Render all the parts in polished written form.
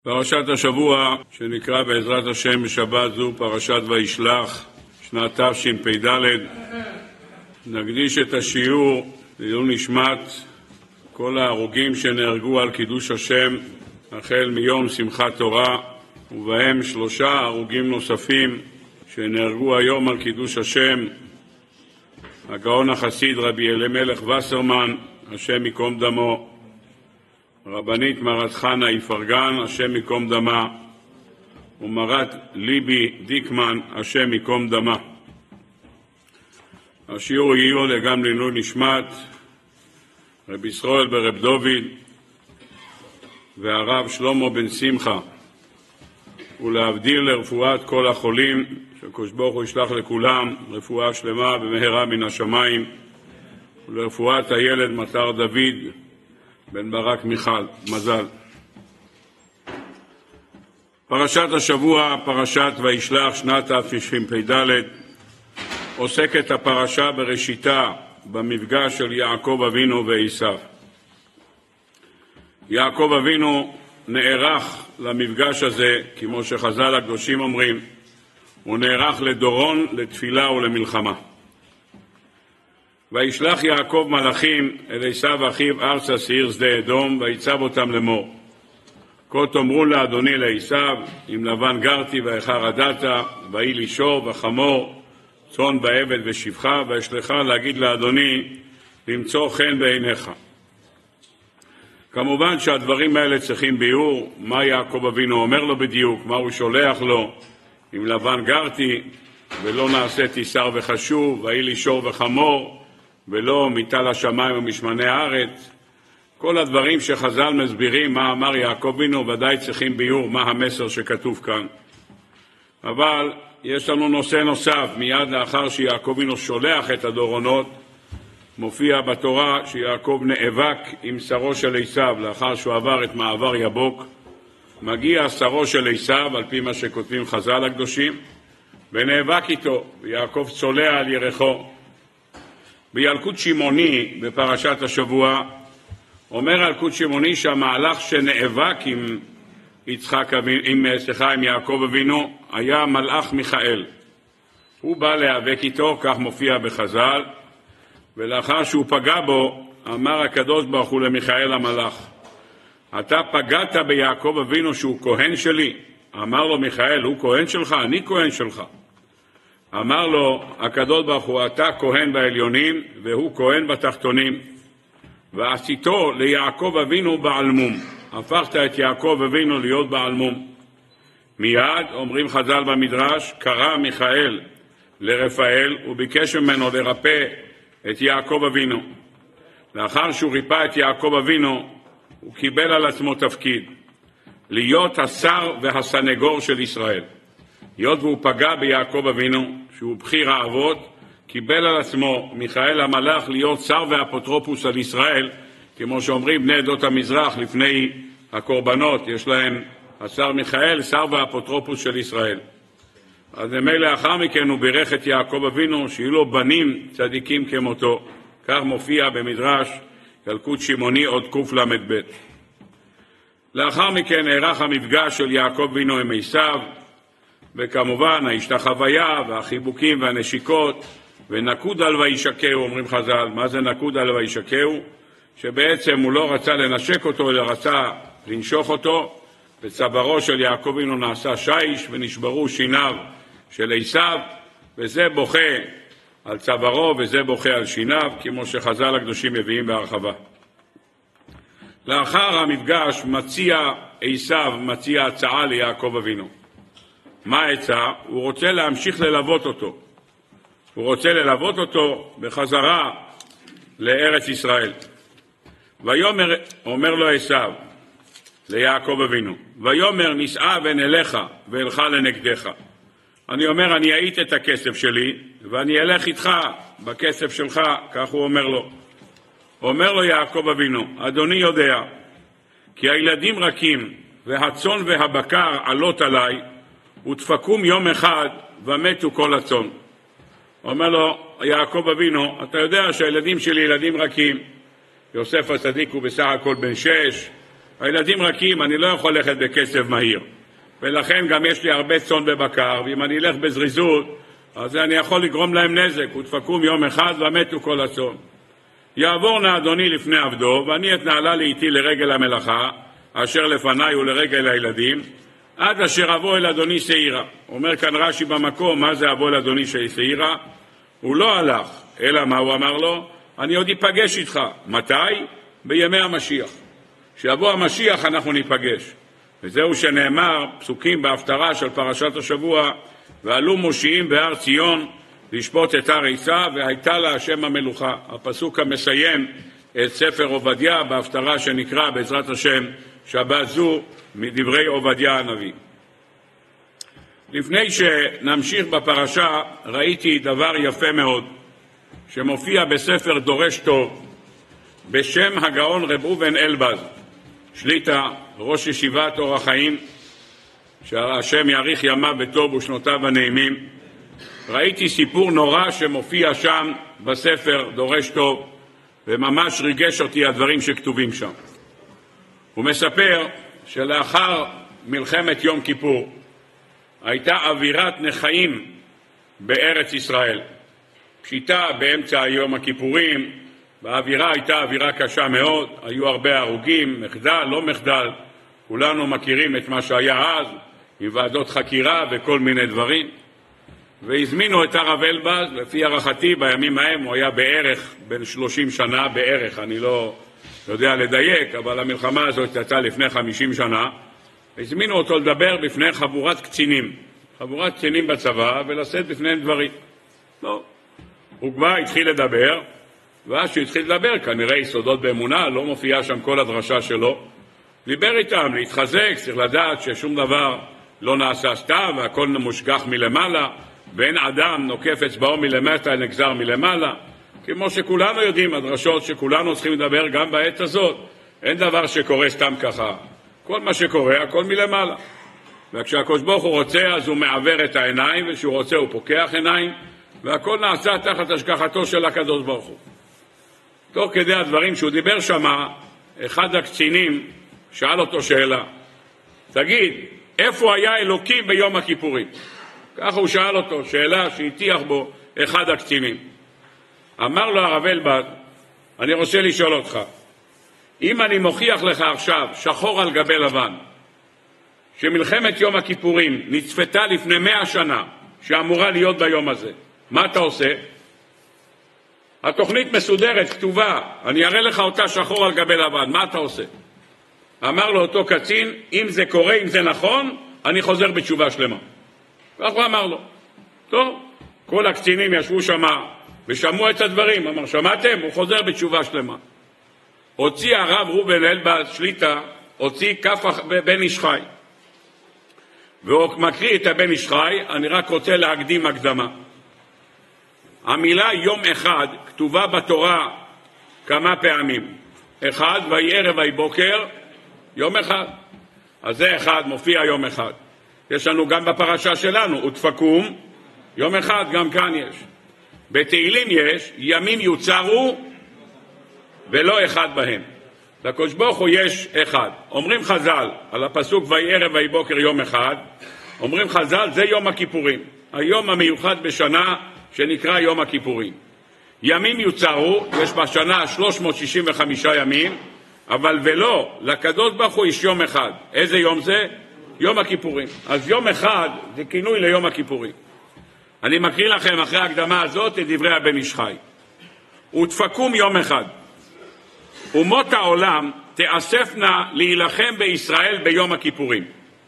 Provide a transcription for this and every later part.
פרשת השבוע שנקרא בעזרת השם בשבת זו פרשת וישלח שנת תשפ"ד. נקדיש את השיעור לעילוי נשמת כל ההרוגים שנהרגו על קידוש השם החל מיום שמחת תורה, ובהם 3 הרוגים נוספים שנהרגו היום על קידוש השם: הגאון החסיד רבי אלימלך וסרמן השם ייקום דמו, רבנית מרת חנה איפרגן השם ייקום דמה, ומרת ליבי דיקמן השם ייקום דמה. השיעור יהיה גם לעילוי נשמת רבי ישראל ברב דוד והרב שלמה בן שמחה, ולהבדיל לרפואת כל החולים, שהקדוש ברוך הוא ישלח לכולם רפואה שלמה במהרה מן השמיים, ולרפואת הילד מטר דוד בן ברק מיכל מזל. פרשת השבוע, פרשת וישלח שנת תשפ"ד, עוסקת הפרשה בראשיתה במפגש של יעקב אבינו ועשיו. יעקב אבינו נערך למפגש הזה, כמו שחז"ל הקדושים אומרים, הוא נערך לדורון, לתפילה ולמלחמה. וישלח יעקב מלאכים אל עשיו אחיו ארצה שעיר שדה אדום, ויצב אותם לאמור: כה תאמרו לאדוני לעשיו, עם לבן גרתי ואיכה רדעת, ויהי לי שור וחמור, צאן ועבד ושפחה, ואשלחה להגיד לאדוני למצוא חן בעיניך. כמובן שהדברים האלה צריכים ביאור, מה יעקב אבינו אומר לו בדיוק, מה הוא שולח לו. עם לבן גרתי ולא נעשיתי שר וחשוב, ויהי לי שור וחמור, ולא מטל השמיים ומשמני הארץ. כל הדברים שחז"ל מסבירים מה אמר יעקב אבינו ודאי צריכים ביאור, מה המסר שכתוב כאן. אבל יש לנו נושא נוסף. מיד לאחר שיעקב אבינו שולח את הדורונות, מופיע בתורה שיעקב נאבק עם שרו של עשיו. לאחר שהוא עבר את מעבר יבוק, מגיע שרו של עשיו, על פי מה שכותבים חז"ל הקדושים, ונאבק איתו, ויעקב צולע על ירחו. בילקוט שמעוני בפרשת השבוע אומר ילקוט שמעוני שהמהלך שנאבק עם יעקב אבינו היה מלאך מיכאל. הוא בא להיאבק איתו, כך מופיע בחז"ל, ולאחר שהוא פגע בו אמר הקדוש ברוך הוא למיכאל המלאך: אתה פגעת ביעקב אבינו שהוא כהן שלי? אמר לו מיכאל: הוא כהן שלך? אני כהן שלך. אמר לו הקדוש ברוך הוא: אתה כהן בעליונים והוא כהן בתחתונים, ועשיתו ליעקב אבינו בעל מום. הפכת את יעקב אבינו להיות בעל מום. מיד אומרים חז"ל במדרש, קרא מיכאל לרפאל וביקש ממנו לרפא את יעקב אבינו. לאחר שהוא ריפא את יעקב אבינו, הוא קיבל על עצמו תפקיד להיות השר והסנגור של ישראל. היות והוא פגע ביעקב אבינו שהוא בחיר האבות, קיבל על עצמו מיכאל המלאך להיות שר ואפוטרופוס על ישראל, כמו שאומרים בני עדות המזרח לפני הקורבנות, יש להם השר מיכאל שר ואפוטרופוס של ישראל. אז לאחר מכן הוא בירך את יעקב אבינו שיהיו לו בנים צדיקים כמותו. כך מופיע במדרש ילקוט שמעוני עוד קל"ב. לאחר מכן נערך המפגש של יעקב אבינו עם עשיו, וכמובן ההשתחוויה והחיבוקים והנשיקות, ונקוד על וישקהו. אומרים חז"ל, מה זה נקוד על וישקהו? שבעצם הוא לא רצה לנשק אותו אלא רצה לנשוך אותו. בצווארו של יעקב אבינו נעשה שיש ונשברו שיניו של עשיו, וזה בוכה על צווארו וזה בוכה על שיניו, כמו שחז"ל הקדושים מביאים בהרחבה. לאחר המפגש עשיו מציע הצעה ליעקב אבינו. מה העצה? הוא רוצה להמשיך ללוות אותו. הוא רוצה ללוות אותו בחזרה לארץ ישראל. ויאמר, אומר לו עשיו ליעקב אבינו, ויאמר נישא ונלך ואלך לנגדך. אני אומר, אני אעיט את הכסף שלי ואני אלך איתך בכסף שלך, כך הוא אומר לו. אומר לו יעקב אבינו, אדוני יודע כי הילדים רכים והצאן והבקר עלות עליי, ודפקום יום אחד ומתו כל הצאן. אומר לו יעקב אבינו, אתה יודע שהילדים שלי ילדים רכים. יוסף הצדיק הוא בסך הכל בן 6, הילדים רכים, אני לא יכול ללכת בקצב מהיר, ולכן גם יש לי הרבה צאן ובקר, ואם אני אלך בזריזות, אז אני יכול לגרום להם נזק, ותפקום יום אחד ומתו כל הצאן. יעבור נא אדוני לפני עבדו, ואני אתנעלה לאיתי לרגל המלאכה, אשר לפניי ולרגל הילדים, עד אשר אבוא אל אדוני שעירה. אומר כאן רש"י במקום, מה זה אבוא אל אדוני שעירה? הוא לא הלך, אלא מה הוא אמר לו? אני עוד ייפגש איתך. מתי? בימי המשיח. כשיבוא המשיח אנחנו ניפגש. וזהו שנאמר, פסוקים בהפטרה של פרשת השבוע, ועלו מושיעים בהר ציון לשפוט את הר עיסה, והייתה לה השם המלוכה. הפסוק המסיים את ספר עובדיה בהפטרה שנקרא בעזרת השם שבת זו מדברי עובדיה הנביא. לפני שנמשיך בפרשה, ראיתי דבר יפה מאוד שמופיע בספר דורש טוב בשם הגאון רב ראובן אלבז שליטה, ראש ישיבת אור החיים, שהשם יאריך ימיו בטוב ושנותיו הנעימים. ראיתי סיפור נורא שמופיע שם בספר דורש טוב, וממש ריגש אותי הדברים שכתובים שם. הוא מספר שלאחר מלחמת יום כיפור הייתה אווירת נחיים בארץ ישראל. פשיטה באמצע יום הכיפורים, והאווירה הייתה אווירה קשה מאוד, היו הרבה הרוגים, מחדל, לא מחדל, כולנו מכירים את מה שהיה אז, עם ועדות חקירה וכל מיני דברים. והזמינו את הרב אלבז, לפי הערכתי בימים ההם הוא היה בערך בין 30 שנה, בערך, אני לא יודע לדייק, אבל המלחמה הזאת הייתה לפני 50 שנה, הזמינו אותו לדבר בפני חבורת קצינים בצבא, ולשאת בפניהם דברים. לא, הוא כבר התחיל לדבר, ואז שהוא התחיל לדבר, כנראה יסודות באמונה, לא מופיעה שם כל הדרשה שלו, דיבר איתם, להתחזק, צריך לדעת ששום דבר לא נעשה סתם, והכל מושגח מלמעלה, ואין אדם נוקף אצבעו מלמטה, נגזר מלמעלה, כמו שכולנו יודעים, הדרשות שכולנו צריכים לדבר גם בעת הזאת, אין דבר שקורה סתם ככה, כל מה שקורה, הכל מלמעלה. וכשהקדוש ברוך הוא רוצה, אז הוא מעבר את העיניים, וכשהוא רוצה הוא פוקח עיניים, והכל נעשה תחת השגחתו של הקדוש ברוך הוא. תוך כדי הדברים שהוא דיבר שמה, אחד הקצינים שאל אותו שאלה, תגיד, איפה היה אלוקים ביום הכיפורים? ככה הוא שאל אותו, שאלה שהטיח בו אחד הקצינים. אמר לו הרב אלבז, אני רוצה לשאול אותך, אם אני מוכיח לך עכשיו, שחור על גבי לבן, שמלחמת יום הכיפורים נצפתה לפני 100 שנה, שאמורה להיות ביום הזה, מה אתה עושה? התוכנית מסודרת, כתובה, אני אראה לך אותה שחור על גבי לבן, מה אתה עושה? אמר לו אותו קצין, אם זה קורה, אם זה נכון, אני חוזר בתשובה שלמה. כך הוא אמר לו. טוב, כל הקצינים ישבו שמה ושמעו את הדברים, אמר, שמעתם? הוא חוזר בתשובה שלמה. הוציא הרב ראובן אלבז שליטה, הוציא כף בן איש חי. והוא מקריא את הבן איש חי, אני רק רוצה להקדים הקדמה. המילה יום אחד כתובה בתורה כמה פעמים. אחד, ויהי ערב ויהי בוקר, יום אחד. אז זה אחד, מופיע יום אחד. יש לנו גם בפרשה שלנו, ותפקום, יום אחד, גם כאן יש. בתהילים יש, ימים יוצרו ולא אחד בהם. לקדוש ברוך הוא יש אחד. אומרים חז"ל, על הפסוק ויהי ערב ויהי בוקר יום אחד, אומרים חז"ל, זה יום הכיפורים. היום המיוחד בשנה שנקרא יום הכיפורים. ימים יוצרו, יש בשנה 365 ימים, אבל ולא, לקדוש ברוך הוא יש יום אחד. איזה יום זה? יום הכיפורים. אז יום אחד זה כינוי ליום הכיפורים. אני מקריא לכם אחרי ההקדמה הזאת את דברי הבן איש חי. ותפקום יום אחד. אומות העולם תאספנה להילחם בישראל ביום הכיפורים.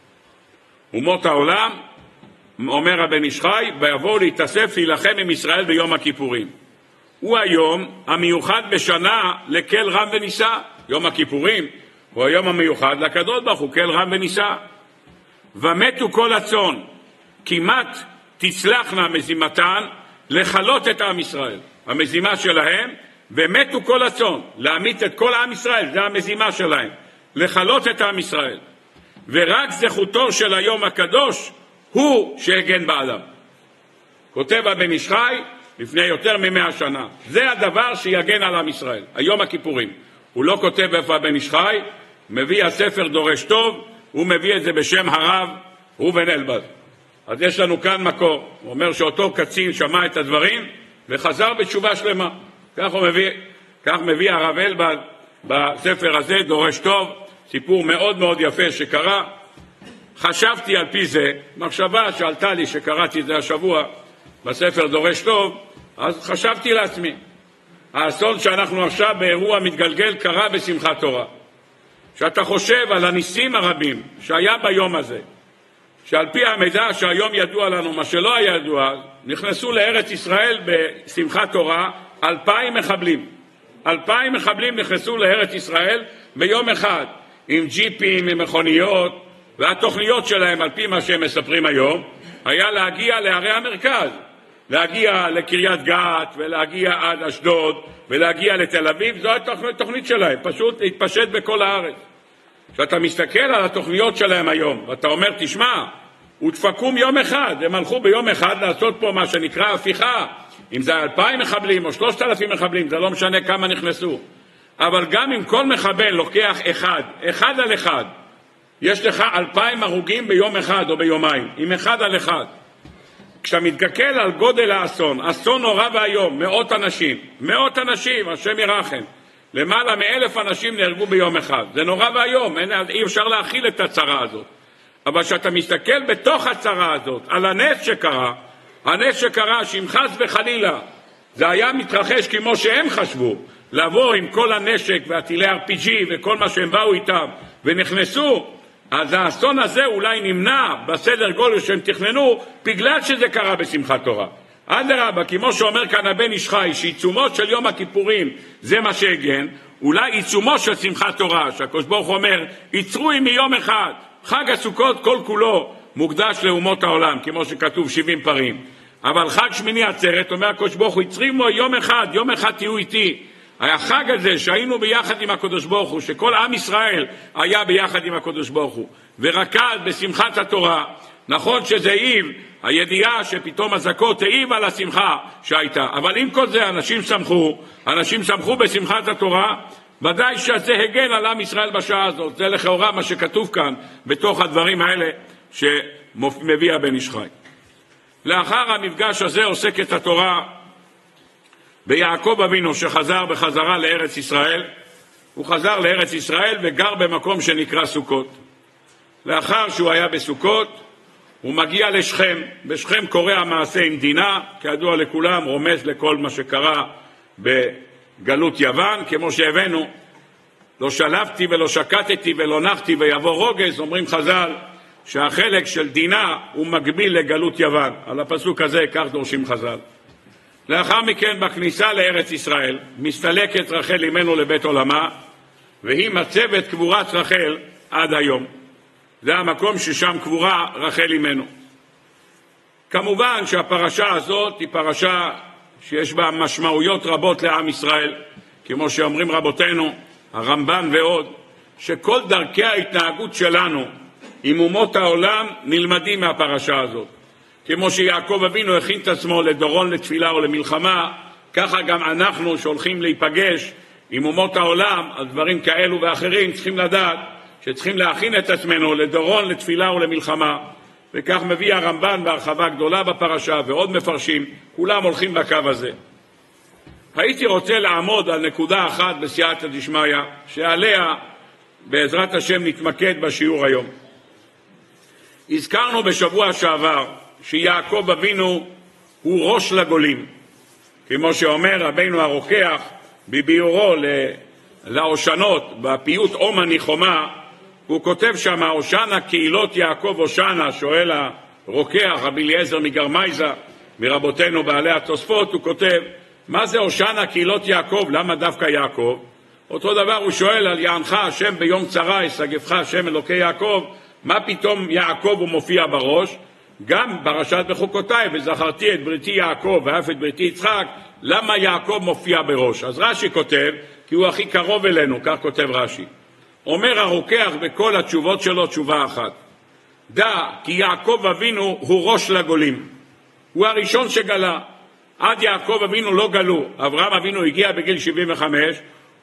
אומות העולם, אומר הבן איש חי, ויבואו להתאסף להילחם עם ישראל ביום הכיפורים. הוא היום המיוחד בשנה לקל רם וניסה. יום הכיפורים הוא היום המיוחד לקדוש ברוך הוא, קל רם וניסה. ומתו כל הצאן, כמעט תצלחנה מזימתן לחלות את עם ישראל. המזימה שלהם, ומתו כל הצאן, להמית את כל עם ישראל, זה המזימה שלהם, לחלות את עם ישראל. ורק זכותו של היום הקדוש הוא שהגן בעדם. כותב הבן איש חי לפני יותר מ100 שנה. זה הדבר שיגן על עם ישראל, היום הכיפורים. הוא לא כותב איפה הבן איש חי, מביא הספר דורש טוב, הוא מביא את זה בשם הרב ראובן אלבז. אז יש לנו כאן מקור, הוא אומר שאותו קצין שמע את הדברים וחזר בתשובה שלמה. כך מביא הרב אלבז בספר הזה, דורש טוב, סיפור מאוד מאוד יפה שקרה. חשבתי על פי זה, מחשבה שעלתה לי שקראתי את זה השבוע בספר דורש טוב, אז חשבתי לעצמי, האסון שאנחנו עכשיו באירוע מתגלגל קרה בשמחת תורה. שאתה חושב על הניסים הרבים שהיה ביום הזה, שעל פי המידע שהיום ידוע לנו, מה שלא היה ידוע, נכנסו לארץ ישראל בשמחת תורה 2,000 מחבלים. 2,000 מחבלים נכנסו לארץ ישראל ביום אחד, עם ג'יפים, עם מכוניות, והתוכניות שלהם, על פי מה שהם מספרים היום, היה להגיע לערי המרכז, להגיע לקריית גת, ולהגיע עד אשדוד, ולהגיע לתל אביב. זו התוכנית שלהם, פשוט להתפשט בכל הארץ. כשאתה מסתכל על התוכניות שלהם היום, ואתה אומר, תשמע, ודפקום יום אחד, הם הלכו ביום אחד לעשות פה מה שנקרא הפיכה, אם זה 2,000 מחבלים או 3,000 מחבלים, זה לא משנה כמה נכנסו. אבל גם אם כל מחבל לוקח אחד על אחד, יש לך 2,000 הרוגים ביום אחד או ביומיים, עם אחד על אחד. כשאתה מתגכל על גודל האסון, אסון נורא והיום, מאות אנשים, השם ירחם, למעלה מ1,000 אנשים נהרגו ביום אחד. זה נורא והיום, אי אפשר להכיל את הצרה הזאת. אבל כשאתה מסתכל בתוך הצרה הזאת, על הנס שקרה שאם חס וחלילה זה היה מתרחש כמו שהם חשבו, לבוא עם כל הנשק והטילי RPG וכל מה שהם באו איתם ונכנסו, אז האסון הזה אולי נמנע בסדר גודל שהם תכננו, בגלל שזה קרה בשמחת תורה. אדרבה, כמו שאומר כאן הבן איש חי, שעיצומו של יום הכיפורים זה מה שהגן, אולי עיצומו של שמחת תורה, שהקדוש ברוך הוא אומר, יצרו עמי יום אחד, חג הסוכות כל כולו מוקדש לאומות העולם, כמו שכתוב 70 פרים. אבל חג שמיני עצרת, אומר הקדוש ברוך הוא, יצרי עמו יום אחד תהיו איתי. החג הזה שהיינו ביחד עם הקדוש ברוך הוא, שכל עם ישראל היה ביחד עם הקדוש ברוך הוא, ורקד בשמחת התורה. נכון שזה העיב, הידיעה שפתאום הזכות העיב על השמחה שהייתה, אבל עם כל זה אנשים שמחו בשמחת התורה, ודאי שזה הגן על עם ישראל בשעה הזאת. זה לכאורה מה שכתוב כאן בתוך הדברים האלה שמביא הבן איש חי. לאחר המפגש הזה עוסקת התורה ביעקב אבינו שחזר בחזרה לארץ ישראל. הוא חזר לארץ ישראל וגר במקום שנקרא סוכות. לאחר שהוא היה בסוכות הוא מגיע לשכם. בשכם קורה המעשה עם דינה, כידוע לכולם, רומז לכל מה שקרה בגלות יוון, כמו שהבאנו, לא שלבתי ולא שקטתי ולא נחתי ויבוא רוגז. אומרים חז"ל שהחלק של דינה הוא מקביל לגלות יוון. על הפסוק הזה כך דורשים חז"ל. לאחר מכן בכניסה לארץ ישראל מסתלקת רחל אמנו לבית עולמה, והיא מצבת קבורת רחל עד היום. זה המקום ששם קבורה רחל אמנו. כמובן שהפרשה הזאת היא פרשה שיש בה משמעויות רבות לעם ישראל, כמו שאומרים רבותינו הרמב"ן ועוד, שכל דרכי ההתנהגות שלנו עם אומות העולם נלמדים מהפרשה הזאת. כמו שיעקב אבינו הכין את עצמו לדורון לתפילה או למלחמה, ככה גם אנחנו שהולכים להיפגש עם אומות העולם על דברים כאלו ואחרים צריכים לדעת שצריכים להכין את עצמנו לדורון לתפילה או למלחמה. וכך מביא הרמב"ן בהרחבה גדולה בפרשה ועוד מפרשים, כולם הולכים בקו הזה. הייתי רוצה לעמוד על נקודה אחת בסייעתא דשמיא, שעליה בעזרת השם נתמקד בשיעור היום. הזכרנו בשבוע שעבר שיעקב אבינו הוא ראש לגולים, כמו שאומר רבינו הרוקח בביאורו להושנות בפיוט אומה ניחומה. הוא כותב שם, הושנה קהילות יעקב הושנה, שואל הרוקח רבי אליעזר מגרמייזה מרבותינו בעלי התוספות, הוא כותב מה זה הושנה קהילות יעקב, למה דווקא יעקב? אותו דבר הוא שואל על יענך השם ביום צרה ישגבך השם אלוקי יעקב, מה פתאום יעקב הוא מופיע בראש? גם פרשת בחוקותיי וזכרתי את בריתי יעקב ואף את בריתי יצחק, למה יעקב מופיע בראש? אז רש"י כותב כי הוא הכי קרוב אלינו, כך כותב רש"י. אומר הרוקח בכל התשובות שלו תשובה אחת, דע כי יעקב אבינו הוא ראש לגולים, הוא הראשון שגלה. עד יעקב אבינו לא גלו, אברהם אבינו הגיע בגיל 75,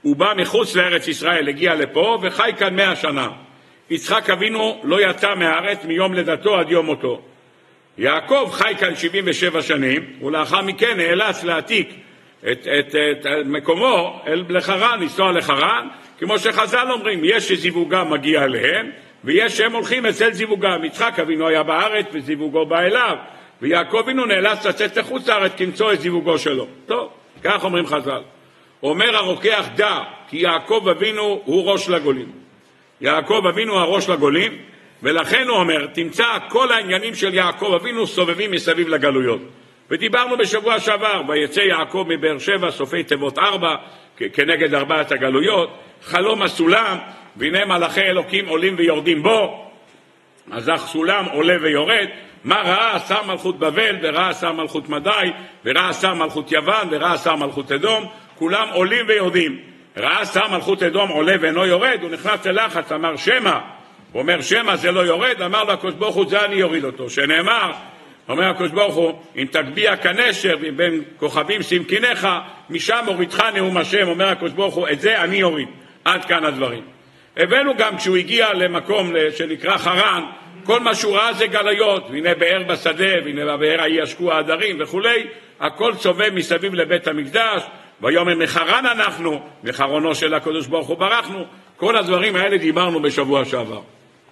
הוא בא מחוץ לארץ ישראל, הגיע לפה וחי כאן 100 שנה. יצחק אבינו לא יצא מהארץ מיום לידתו עד יום מותו. יעקב חי כאן 77 שנים, ולאחר מכן נאלץ להעתיק את מקומו לחרן, לנסוע לחרן, כמו שחז"ל אומרים, יש שזיווגם מגיע אליהם, ויש שהם הולכים אצל זיווגם. יצחק אבינו היה בארץ וזיווגו בא אליו, ויעקב אבינו נאלץ לצאת לחוץ לארץ כמצוא את זיווגו שלו. טוב, כך אומרים חז"ל. אומר הרוקח, דע כי יעקב אבינו הוא ראש לגולים. יעקב אבינו הראש לגולים, ולכן הוא אומר, תמצא כל העניינים של יעקב אבינו סובבים מסביב לגלויות. ודיברנו בשבוע שעבר, ויצא יעקב מבאר שבע, סופי תיבות 4, כנגד 4 הגלויות, חלום הסולם, והנה מלאכי אלוקים עולים ויורדים בו, אז הסולם עולה ויורד. מה ראה? שר מלכות בבל, וראה שר מלכות מדי, וראה שר מלכות יוון, וראה שר מלכות אדום, כולם עולים ויורדים. ראה שר מלכות אדום עולה ואינו יורד, הוא נכנס ללחץ, אמר שמה, הוא אומר שמה זה לא יורד, אמר לו הקדוש ברוך הוא זה אני יוריד אותו, שנאמר, אומר הקדוש ברוך הוא, אם תגביה כנשר בין כוכבים שמקיניך, משם הורידך נאום השם, אומר הקדוש ברוך הוא, את זה אני יוריד. עד כאן הדברים. הבאנו גם כשהוא הגיע למקום שנקרא חרן, כל מה שהוא ראה זה גלויות, והנה באר בשדה, והנה בבאר ההיא ישקו העדרים וכולי, הכל סובב מסביב לבית המקדש, ויאמר מחרן אנחנו, מחרונו של הקדוש ברוך הוא ברחנו. כל הדברים האלה דיברנו בשבוע שעבר.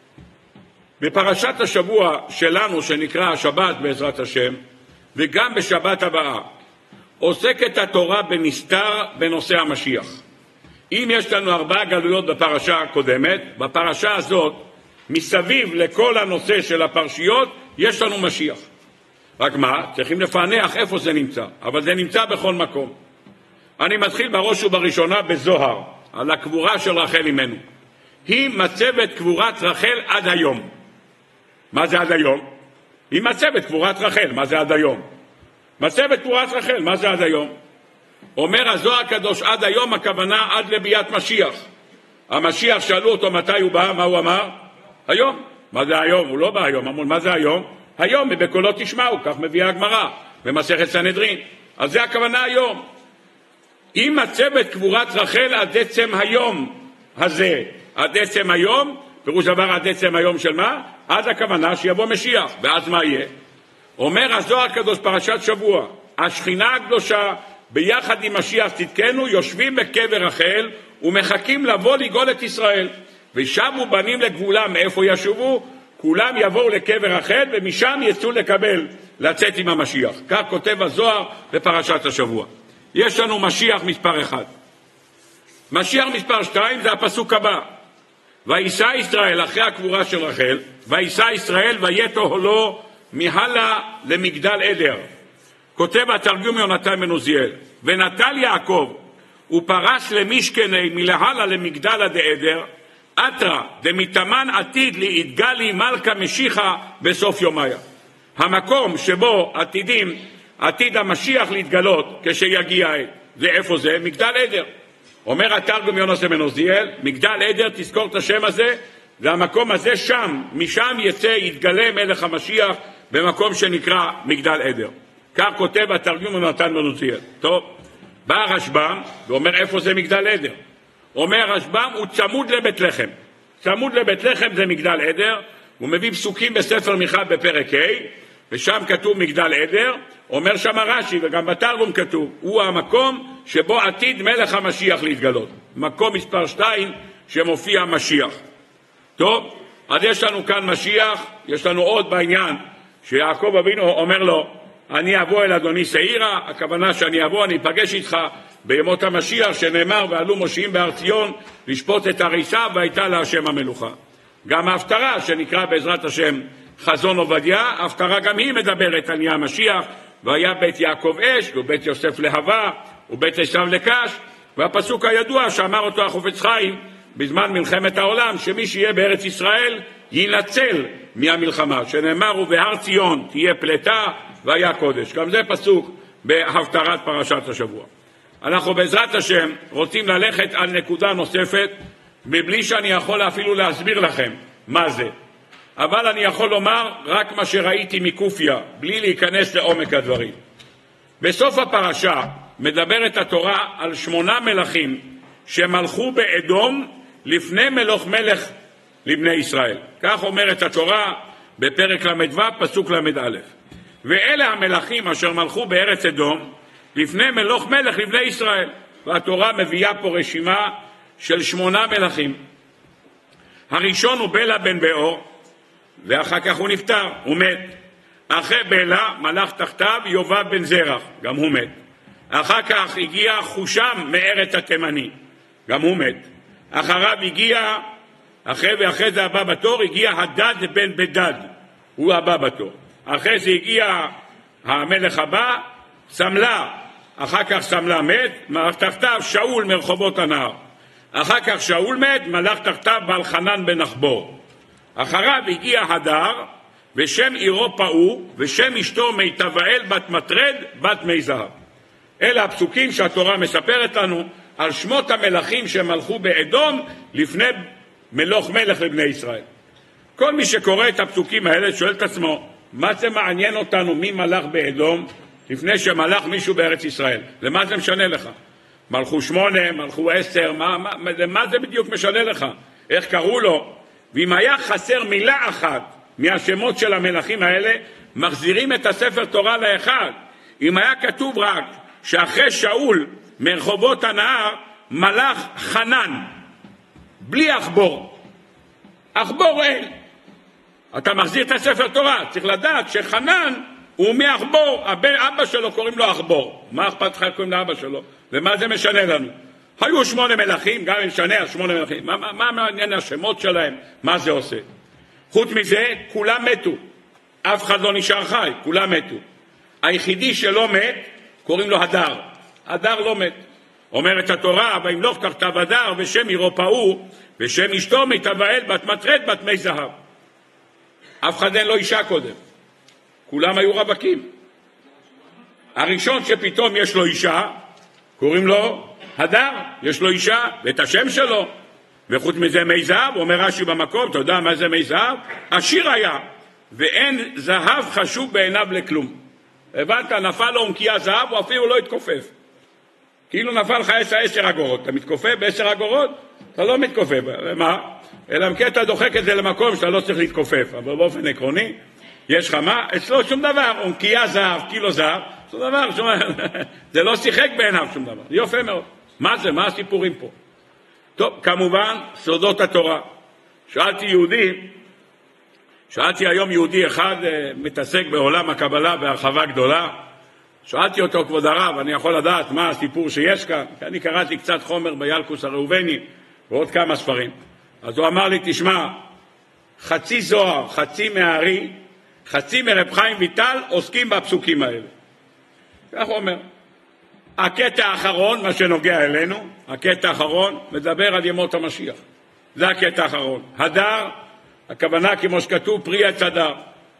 בפרשת השבוע שלנו שנקרא השבת בעזרת השם, וגם בשבת הבאה, עוסקת התורה בנסתר בנושא המשיח. אם יש לנו 4 גלויות בפרשה הקודמת, בפרשה הזאת, מסביב לכל הנושא של הפרשיות, יש לנו משיח. רק מה? צריכים לפענח איפה זה נמצא, אבל זה נמצא בכל מקום. אני מתחיל בראש ובראשונה בזוהר, על הקבורה של רחל אמנו. היא מצבת קבורת רחל עד היום. מה זה עד היום? היא מצבת קבורת רחל, מה זה עד היום? מצבת קבורת רחל, מה זה עד היום? אומר הזוהר הקדוש, עד היום הכוונה עד לביאת משיח. המשיח שאלו אותו מתי הוא בא, מה הוא אמר? היום. מה זה היום? הוא לא בא היום. אמרו, מה זה היום? היום בקולות תשמעו, כך מביאה הגמרא במסכת סנהדרין. אז זה הכוונה היום. אם מצבת קבורת רחל עד עצם היום הזה, עד עצם היום, פירוש דבר עד עצם היום של מה? עד הכוונה שיבוא משיח. ואז מה יהיה? אומר הזוהר הקדוש פרשת שבוע, השכינה הקדושה ביחד עם משיח צדקנו יושבים בקבר רחל ומחכים לבוא לגאול את ישראל. ושבו בנים לגבולם, מאיפה ישובו? כולם יבואו לקבר רחל ומשם יצאו לצאת עם המשיח. כך כותב הזוהר בפרשת השבוע. יש לנו משיח מספר 1. משיח מספר 2 זה הפסוק הבא. ויסע ישראל אחרי הקבורה של רחל, ויסע ישראל ויתו הולו מהלה למגדל עדר. כותב התרגום יונתן בן עוזיאל, ונטל יעקב ופרש למשכני מלהלה למגדל עדר, אתרא דמתמן עתיד להתגלי מלכה משיחה בסוף יומיה. המקום שבו עתיד המשיח להתגלות כשיגיע העת. זה איפה זה? מגדל עדר. אומר התרגום יונתן בן עוזיאל, מגדל עדר, תזכור את השם הזה, זה המקום הזה שם, משם יתגלה מלך המשיח במקום שנקרא מגדל עדר. כך כותב התרגום יונתן בן עוזיאל. טוב, בא הרשב"ם ואומר איפה זה מגדל עדר. אומר הרשב"ם הוא צמוד לבית לחם. צמוד לבית לחם זה מגדל עדר, הוא מביא פסוקים בספר מיכה בפרק ה' ושם כתוב מגדל עדר, אומר שם רש"י וגם בתרגום כתוב, הוא המקום שבו עתיד מלך המשיח להתגלות. מקום מספר 2 שמופיע משיח. טוב, אז יש לנו כאן משיח, יש לנו עוד בעניין שיעקב אבינו אומר לו, אני אבוא אל אדוני שעירה, הכוונה שאני אבוא, אני אפגש איתך בימות המשיח שנאמר, ועלו מושיעים בהר ציון לשפוט את הריסה והייתה להשם המלוכה. גם ההפטרה שנקרא בעזרת השם חזון עובדיה, ההפטרה גם היא מדברת על המשיח, והיה בית יעקב אש, ובית יוסף להבה, ובית עשיו לקש, והפסוק הידוע שאמר אותו החפץ חיים בזמן מלחמת העולם, שמי שיהיה בארץ ישראל ינצל מהמלחמה, שנאמר ובהר ציון תהיה פלטה והיה קודש. גם זה פסוק בהפטרת פרשת השבוע. אנחנו בעזרת השם רוצים ללכת על נקודה נוספת, מבלי שאני יכול אפילו להסביר לכם מה זה. אבל אני יכול לומר רק מה שראיתי מקופיה, בלי להיכנס לעומק הדברים. בסוף הפרשה מדברת התורה על 8 מלכים שמלכו באדום לפני מלוך מלך לבני ישראל. כך אומרת התורה בפרק ל"ו פסוק ל"א. ואלה המלכים אשר מלכו בארץ אדום לפני מלוך מלך לבני ישראל. והתורה מביאה פה רשימה של 8 מלכים. הראשון הוא בלה בן באור, ואחר כך הוא נפטר, הוא מת. אחרי בלה מלך תחתיו יובב בן זרח, גם הוא מת. אחר כך הגיע חושם מארץ התימני, גם הוא מת. אחריו הגיע, אחרי זה הבא בתור, הגיע הדד בן בדד, הוא הבא בתור. אחרי זה הגיע המלך הבא, סמלה, אחר כך סמלה מת, מלך תחתיו שאול מרחובות הנהר. אחר כך שאול מת, מלך תחתיו בעל חנן בן אחבור. אחריו הגיע הדר, ושם עירו פאו, ושם אשתו מיטבאל בת מטרד בת מי זהב. אלה הפסוקים שהתורה מספרת לנו על שמות המלכים שמלכו באדום לפני מלוך מלך לבני ישראל. כל מי שקורא את הפסוקים האלה שואל את עצמו, מה זה מעניין אותנו מי מלך באדום לפני שמלך מישהו בארץ ישראל? למה זה משנה לך? מלכו 8, מלכו 10, מה זה בדיוק משנה לך? איך קראו לו? ואם היה חסר מילה אחת מהשמות של המלכים האלה, מחזירים את הספר תורה לאחד. אם היה כתוב רק שאחרי שאול מרחובות הנהר מלך חנן, בלי אחבור, אחבור אל, אתה מחזיר את הספר תורה. צריך לדעת שחנן הוא מאחבור, אבא שלו קוראים לו אחבור. מה אכפת לך קוראים לאבא שלו? ומה זה משנה לנו? היו 8 מלכים, גם אם משנה 8 מלכים. מה מעניין השמות שלהם? מה זה עושה? חוץ מזה, כולם מתו. אף אחד לא נשאר חי, כולם מתו. היחידי שלא מת, קוראים לו הדר. הדר לא מת. אומרת התורה, וימלוך תחתיו הדר, ושם עירו פאו, ושם אשתו מיטבאל בת מטרד בת מי זהב. אף אחד אין לו אישה קודם. כולם היו רווקים. הראשון שפתאום יש לו אישה, קוראים לו הדר, יש לו אישה, ואת השם שלו. וחוץ מזה מי זהב, אומר רש"י במקום, אתה יודע מה זה מי זהב? עשיר היה, ואין זהב חשוב בעיניו לכלום. הבנת, נפל לו עונקייה זהב, הוא אפילו לא התכופף. כאילו נפל לך 10 אגורות. אתה מתכופף ב10 אגורות? אתה לא מתכופף. מה? אלא אם כן אתה דוחק את זה למקום שאתה לא צריך להתכופף. אבל באופן עקרוני, יש לך מה? אצלו שום דבר, עונקייה זהב, קילו זהב, שום דבר, זה לא שיחק בעיניו שום דבר. יופי מאוד. מה זה? מה הסיפורים פה? טוב, כמובן, סודות התורה. שאלתי היום יהודי אחד מתעסק בעולם הקבלה בהרחבה גדולה. שאלתי אותו, כבוד הרב, אני יכול לדעת מה הסיפור שיש כאן? כי אני קראתי קצת חומר בילקוס הראובני ועוד כמה ספרים. אז הוא אמר לי, תשמע, חצי זוהר, חצי מהארי, חצי מרב חיים ויטל עוסקים בפסוקים האלה. כך הוא אומר. הקטע האחרון, מה שנוגע אלינו, הקטע האחרון מדבר על ימות המשיח. זה הקטע האחרון. הדר, הכוונה כמו שכתוב פרי עץ הדר.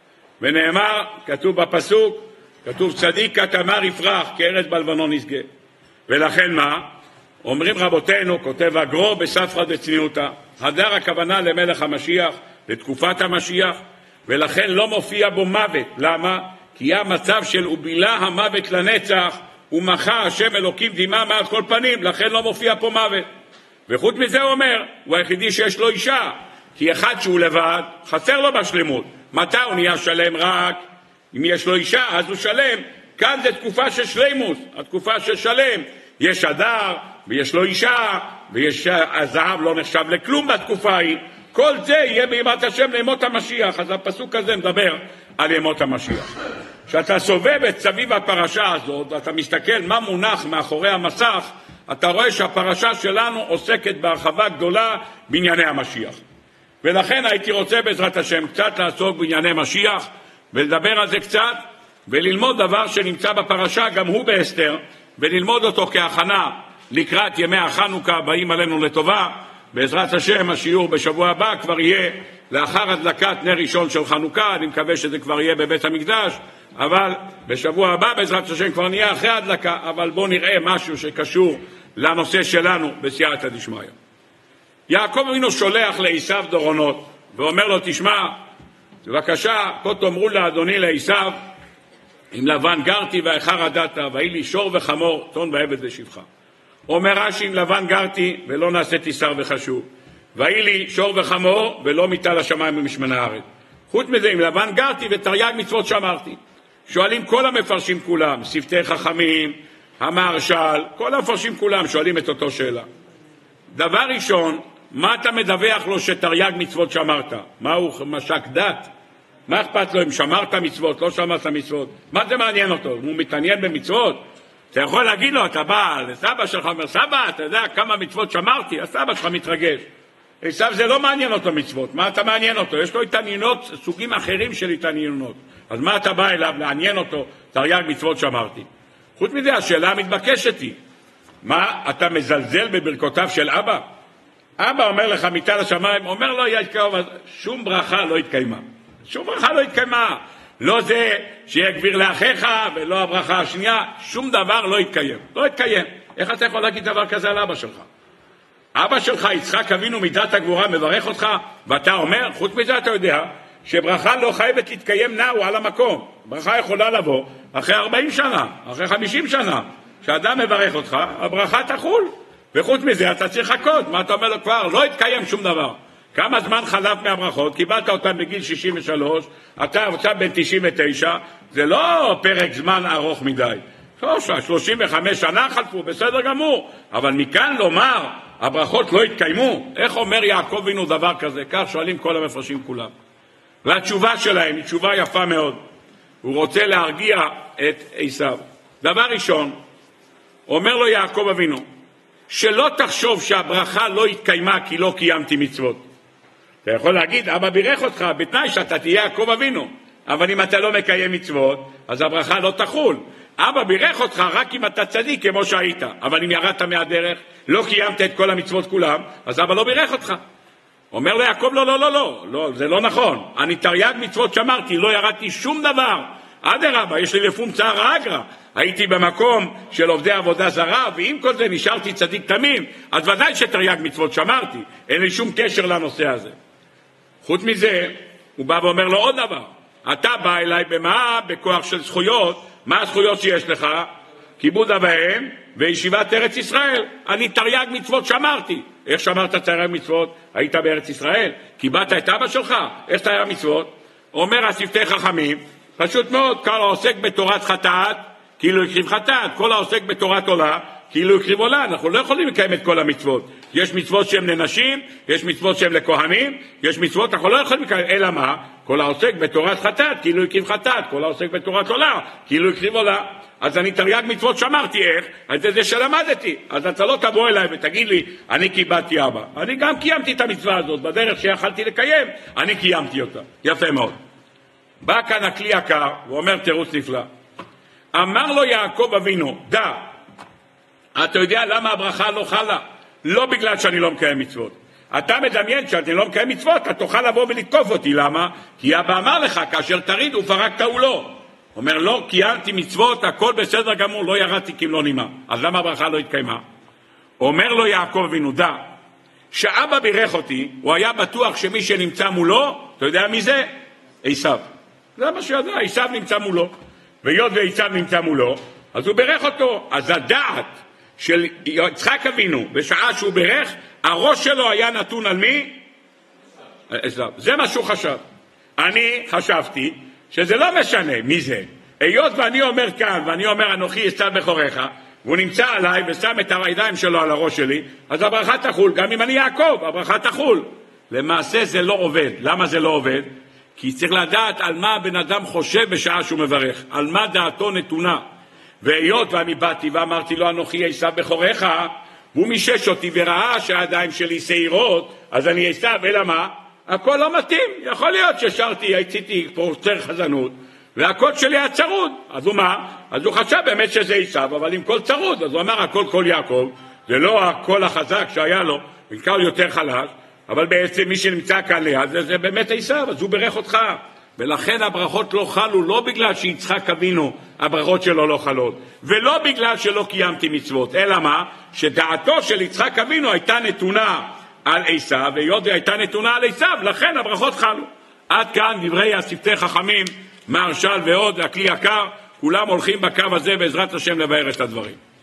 ונאמר, כתוב בפסוק, כתוב צדיק כתמר יפרח, כארץ בלבנון ישגה. ולכן מה? אומרים רבותינו, כותב הגרו בספרא דצניעותא, הדר הכוונה למלך המשיח, לתקופת המשיח, ולכן לא מופיע בו מוות. למה? כי היה מצב של ובילה המוות לנצח, ומחה השם אלוקים דמעה מעל כל פנים, לכן לא מופיע פה מוות. וחוץ מזה הוא אומר, הוא היחידי שיש לו אישה, כי אחד שהוא לבד, חסר לו בשלמות. מתי הוא נהיה שלם? רק אם יש לו אישה, אז הוא שלם. כאן זה תקופה של שלימוס, התקופה של שלם. יש הדר, ויש לו אישה, הזהב לא נחשב לכלום בתקופה ההיא. כל זה יהיה בימת השם לימות המשיח. אז הפסוק הזה מדבר על ימות המשיח. כשאתה סובב את סביב הפרשה הזאת, ואתה מסתכל מה מונח מאחורי המסך, אתה רואה שהפרשה שלנו עוסקת בהרחבה גדולה בענייני המשיח. ולכן הייתי רוצה בעזרת השם קצת לעסוק בענייני משיח, ולדבר על זה קצת, וללמוד דבר שנמצא בפרשה, גם הוא באסתר, וללמוד אותו כהכנה לקראת ימי החנוכה הבאים עלינו לטובה. בעזרת השם השיעור בשבוע הבא כבר יהיה לאחר הדלקת נר ראשון של חנוכה, אני מקווה שזה כבר יהיה בבית המקדש, אבל בשבוע הבא בעזרת השם כבר נהיה אחרי הדלקה, אבל בואו נראה משהו שקשור לנושא שלנו בסייעתא דשמיא. יעקב אבינו שולח לעשיו דורונות ואומר לו, תשמע, בבקשה, כה תאמרו לאדוני לעשיו, עם לבן גרתי ואיכר עדת, ויהי לי שור וחמור, צאן ועבד ושפחה. אומר רש"י, עם לבן גרתי ולא נעשיתי שר וחשוב. והיא לי שור וחמור ולא מיטה לשמיים ומשמני הארץ. חוץ מזה, עם לבן גרתי ותרי"ג מצוות שמרתי. שואלים כל המפרשים כולם, שפתי חכמים, המהרש"ל, כל המפרשים כולם שואלים את אותו שאלה. דבר ראשון, מה אתה מדווח לו שתרי"ג מצוות שמרת? מה הוא משק דת? מה אכפת לו אם שמרת מצוות, לא שמרת מצוות? מה זה מעניין אותו? הוא מתעניין במצוות? אתה יכול להגיד לו, אתה בא לסבא שלך, אומר, סבא, אתה יודע כמה מצוות שמרתי? הסבא שלך מתרגש. עשיו זה לא מעניין אותו מצוות, מה אתה מעניין אותו? יש לו התעניינות, סוגים אחרים של התעניינות. אז מה אתה בא אליו לעניין אותו? תרי"ג מצוות שמרתי. חוץ מזה, השאלה המתבקשת היא, מה, אתה מזלזל בברכותיו של אבא? אבא אומר לך מיטה לשמיים, אומר לו, שום ברכה לא התקיימה. שום ברכה לא התקיימה. לא זה שיהיה גביר לאחיך ולא הברכה השנייה, שום דבר לא התקיים. לא התקיים. איך אתה יכול להגיד דבר כזה על אבא שלך? אבא שלך, יצחק אבינו מידת הגבורה, מברך אותך, ואתה אומר, חוץ מזה אתה יודע, שברכה לא חייבת להתקיים נאו על המקום. ברכה יכולה לבוא אחרי 40 שנה, אחרי 50 שנה. כשאדם מברך אותך, הברכה תחול. וחוץ מזה אתה צריך לחכות. מה אתה אומר לו כבר? לא התקיים שום דבר. כמה זמן חלף מהברכות? קיבלת אותן בגיל 63, אתה עכשיו בן 99, זה לא פרק זמן ארוך מדי. 35 שנה חלפו, בסדר גמור. אבל מכאן לומר, הברכות לא התקיימו. איך אומר יעקב אבינו דבר כזה? כך שואלים כל המפרשים כולם. והתשובה שלהם היא תשובה יפה מאוד. הוא רוצה להרגיע את עשיו. דבר ראשון, אומר לו יעקב אבינו, שלא תחשוב שהברכה לא התקיימה כי לא קיימתי מצוות. אתה יכול להגיד, אבא בירך אותך בתנאי שאתה תהיה יעקב אבינו. אבל אם אתה לא מקיים מצוות, אז הברכה לא תחול. אבא בירך אותך רק אם אתה צדיק כמו שהיית. אבל אם ירדת מהדרך, לא קיימת את כל המצוות כולם, אז אבא לא בירך אותך. אומר לו יעקב, לא, זה לא נכון. אני תרי"ג מצוות שמרתי, לא ירדתי שום דבר. אדרבה, יש לי לפום צער אגרא. הייתי במקום של עובדי עבודה זרה, ועם כל זה נשארתי צדיק תמים, אז ודאי שתרי"ג מצוות שמרתי. אין לי שום קשר לנושא הזה. חוץ מזה, הוא בא ואומר לו עוד דבר. אתה בא אליי במה? בכוח של זכויות. מה הזכויות שיש לך? כיבוד אב ואם וישיבת ארץ ישראל. אני תרי"ג מצוות שמרתי. איך שמרת תרי"ג מצוות? היית בארץ ישראל? קיבלת את אבא שלך? איך תרי"ג מצוות? אומר השפתי חכמים, פשוט מאוד, כל העוסק בתורת חטאת, כאילו הקריב חטאת. כל העוסק בתורת עולה, כאילו הקריב עולה. אנחנו לא יכולים לקיים את כל המצוות. יש מצוות שהן לנשים, יש מצוות שהן לכהנים, יש מצוות, אנחנו לא יכולים לקיים. אלא מה? כל העוסק בתורת חטאת, כאילו הקריב חטאת. כל העוסק בתורת עולה, כאילו הקריב עולה. אז אני תרי"ג מצוות שמרתי. איך? אז זה שלמדתי. אז אתה לא תבוא אליי ותגיד לי, אני קיבלתי אבא. אני גם קיימתי את המצווה הזאת, בדרך שיכלתי לקיים, אני קיימתי אותה. יפה מאוד. בא כאן הכלי יקר, הוא אומר תירוץ נפלא. אמר לו יעקב אבינו, דע, אתה יודע למה הברכה לא חלה? לא בגלל שאני לא מקיים מצוות. אתה מדמיין שאני לא מקיים מצוות, אתה תוכל לבוא ולתקוף אותי. למה? כי אבא אמר לך, כאשר תריד ופרקת הוא לא. אומר, לא, קיימתי מצוות, הכל בסדר גמור, לא ירדתי כי לא נימה. אז למה הברכה לא התקיימה? אומר לו יעקב אבינו, דע, שאבא בירך אותי, הוא היה בטוח שמי שנמצא מולו, אתה יודע מי זה? עשיו. זה מה שיודע, עשיו נמצא מולו. והיות ועשיו נמצא מולו, אז הוא בירך אותו. אז הדעת של יצחק אבינו, בשעה שהוא בירך, הראש שלו היה נתון על מי? עשיו. זה מה שהוא חשב. אני חשבתי שזה לא משנה מי זה. היות ואני אומר כאן, ואני אומר אנוכי עשיו בכורך, והוא נמצא עליי ושם את הידיים שלו על הראש שלי, אז הברכה תחול. גם אם אני יעקב, הברכה תחול. למעשה זה לא עובד. למה זה לא עובד? כי צריך לדעת על מה הבן אדם חושב בשעה שהוא מברך, על מה דעתו נתונה. והיות ואני באתי ואמרתי לו אנוכי עשיו בכורך, והוא מישש אותי וראה שהידיים שלי שעירות, אז אני עשיו, אלא מה? הכל לא מתאים. יכול להיות ששרתי, הייתי פורצר חזנות, והקול שלי היה צרוד. אז הוא מה? אז הוא חשב באמת שזה עשיו, אבל עם קול צרוד. אז הוא אמר הכל קול יעקב, זה לא הקול החזק שהיה לו, קול יותר חלש, אבל בעצם מי שנמצא כאן ליד זה באמת עשיו, אז הוא ברך אותך. ולכן הברכות לא חלו, לא בגלל שיצחק אבינו הברכות שלו לא חלות, ולא בגלל שלא קיימתי מצוות, אלא מה? שדעתו של יצחק אבינו הייתה נתונה על עשיו, והיות הייתה נתונה על עשיו, לכן הברכות חלו. עד כאן דברי השפתי חכמים, מהרש"ל ועוד, הכלי יקר, כולם הולכים בקו הזה בעזרת השם לבאר את הדברים.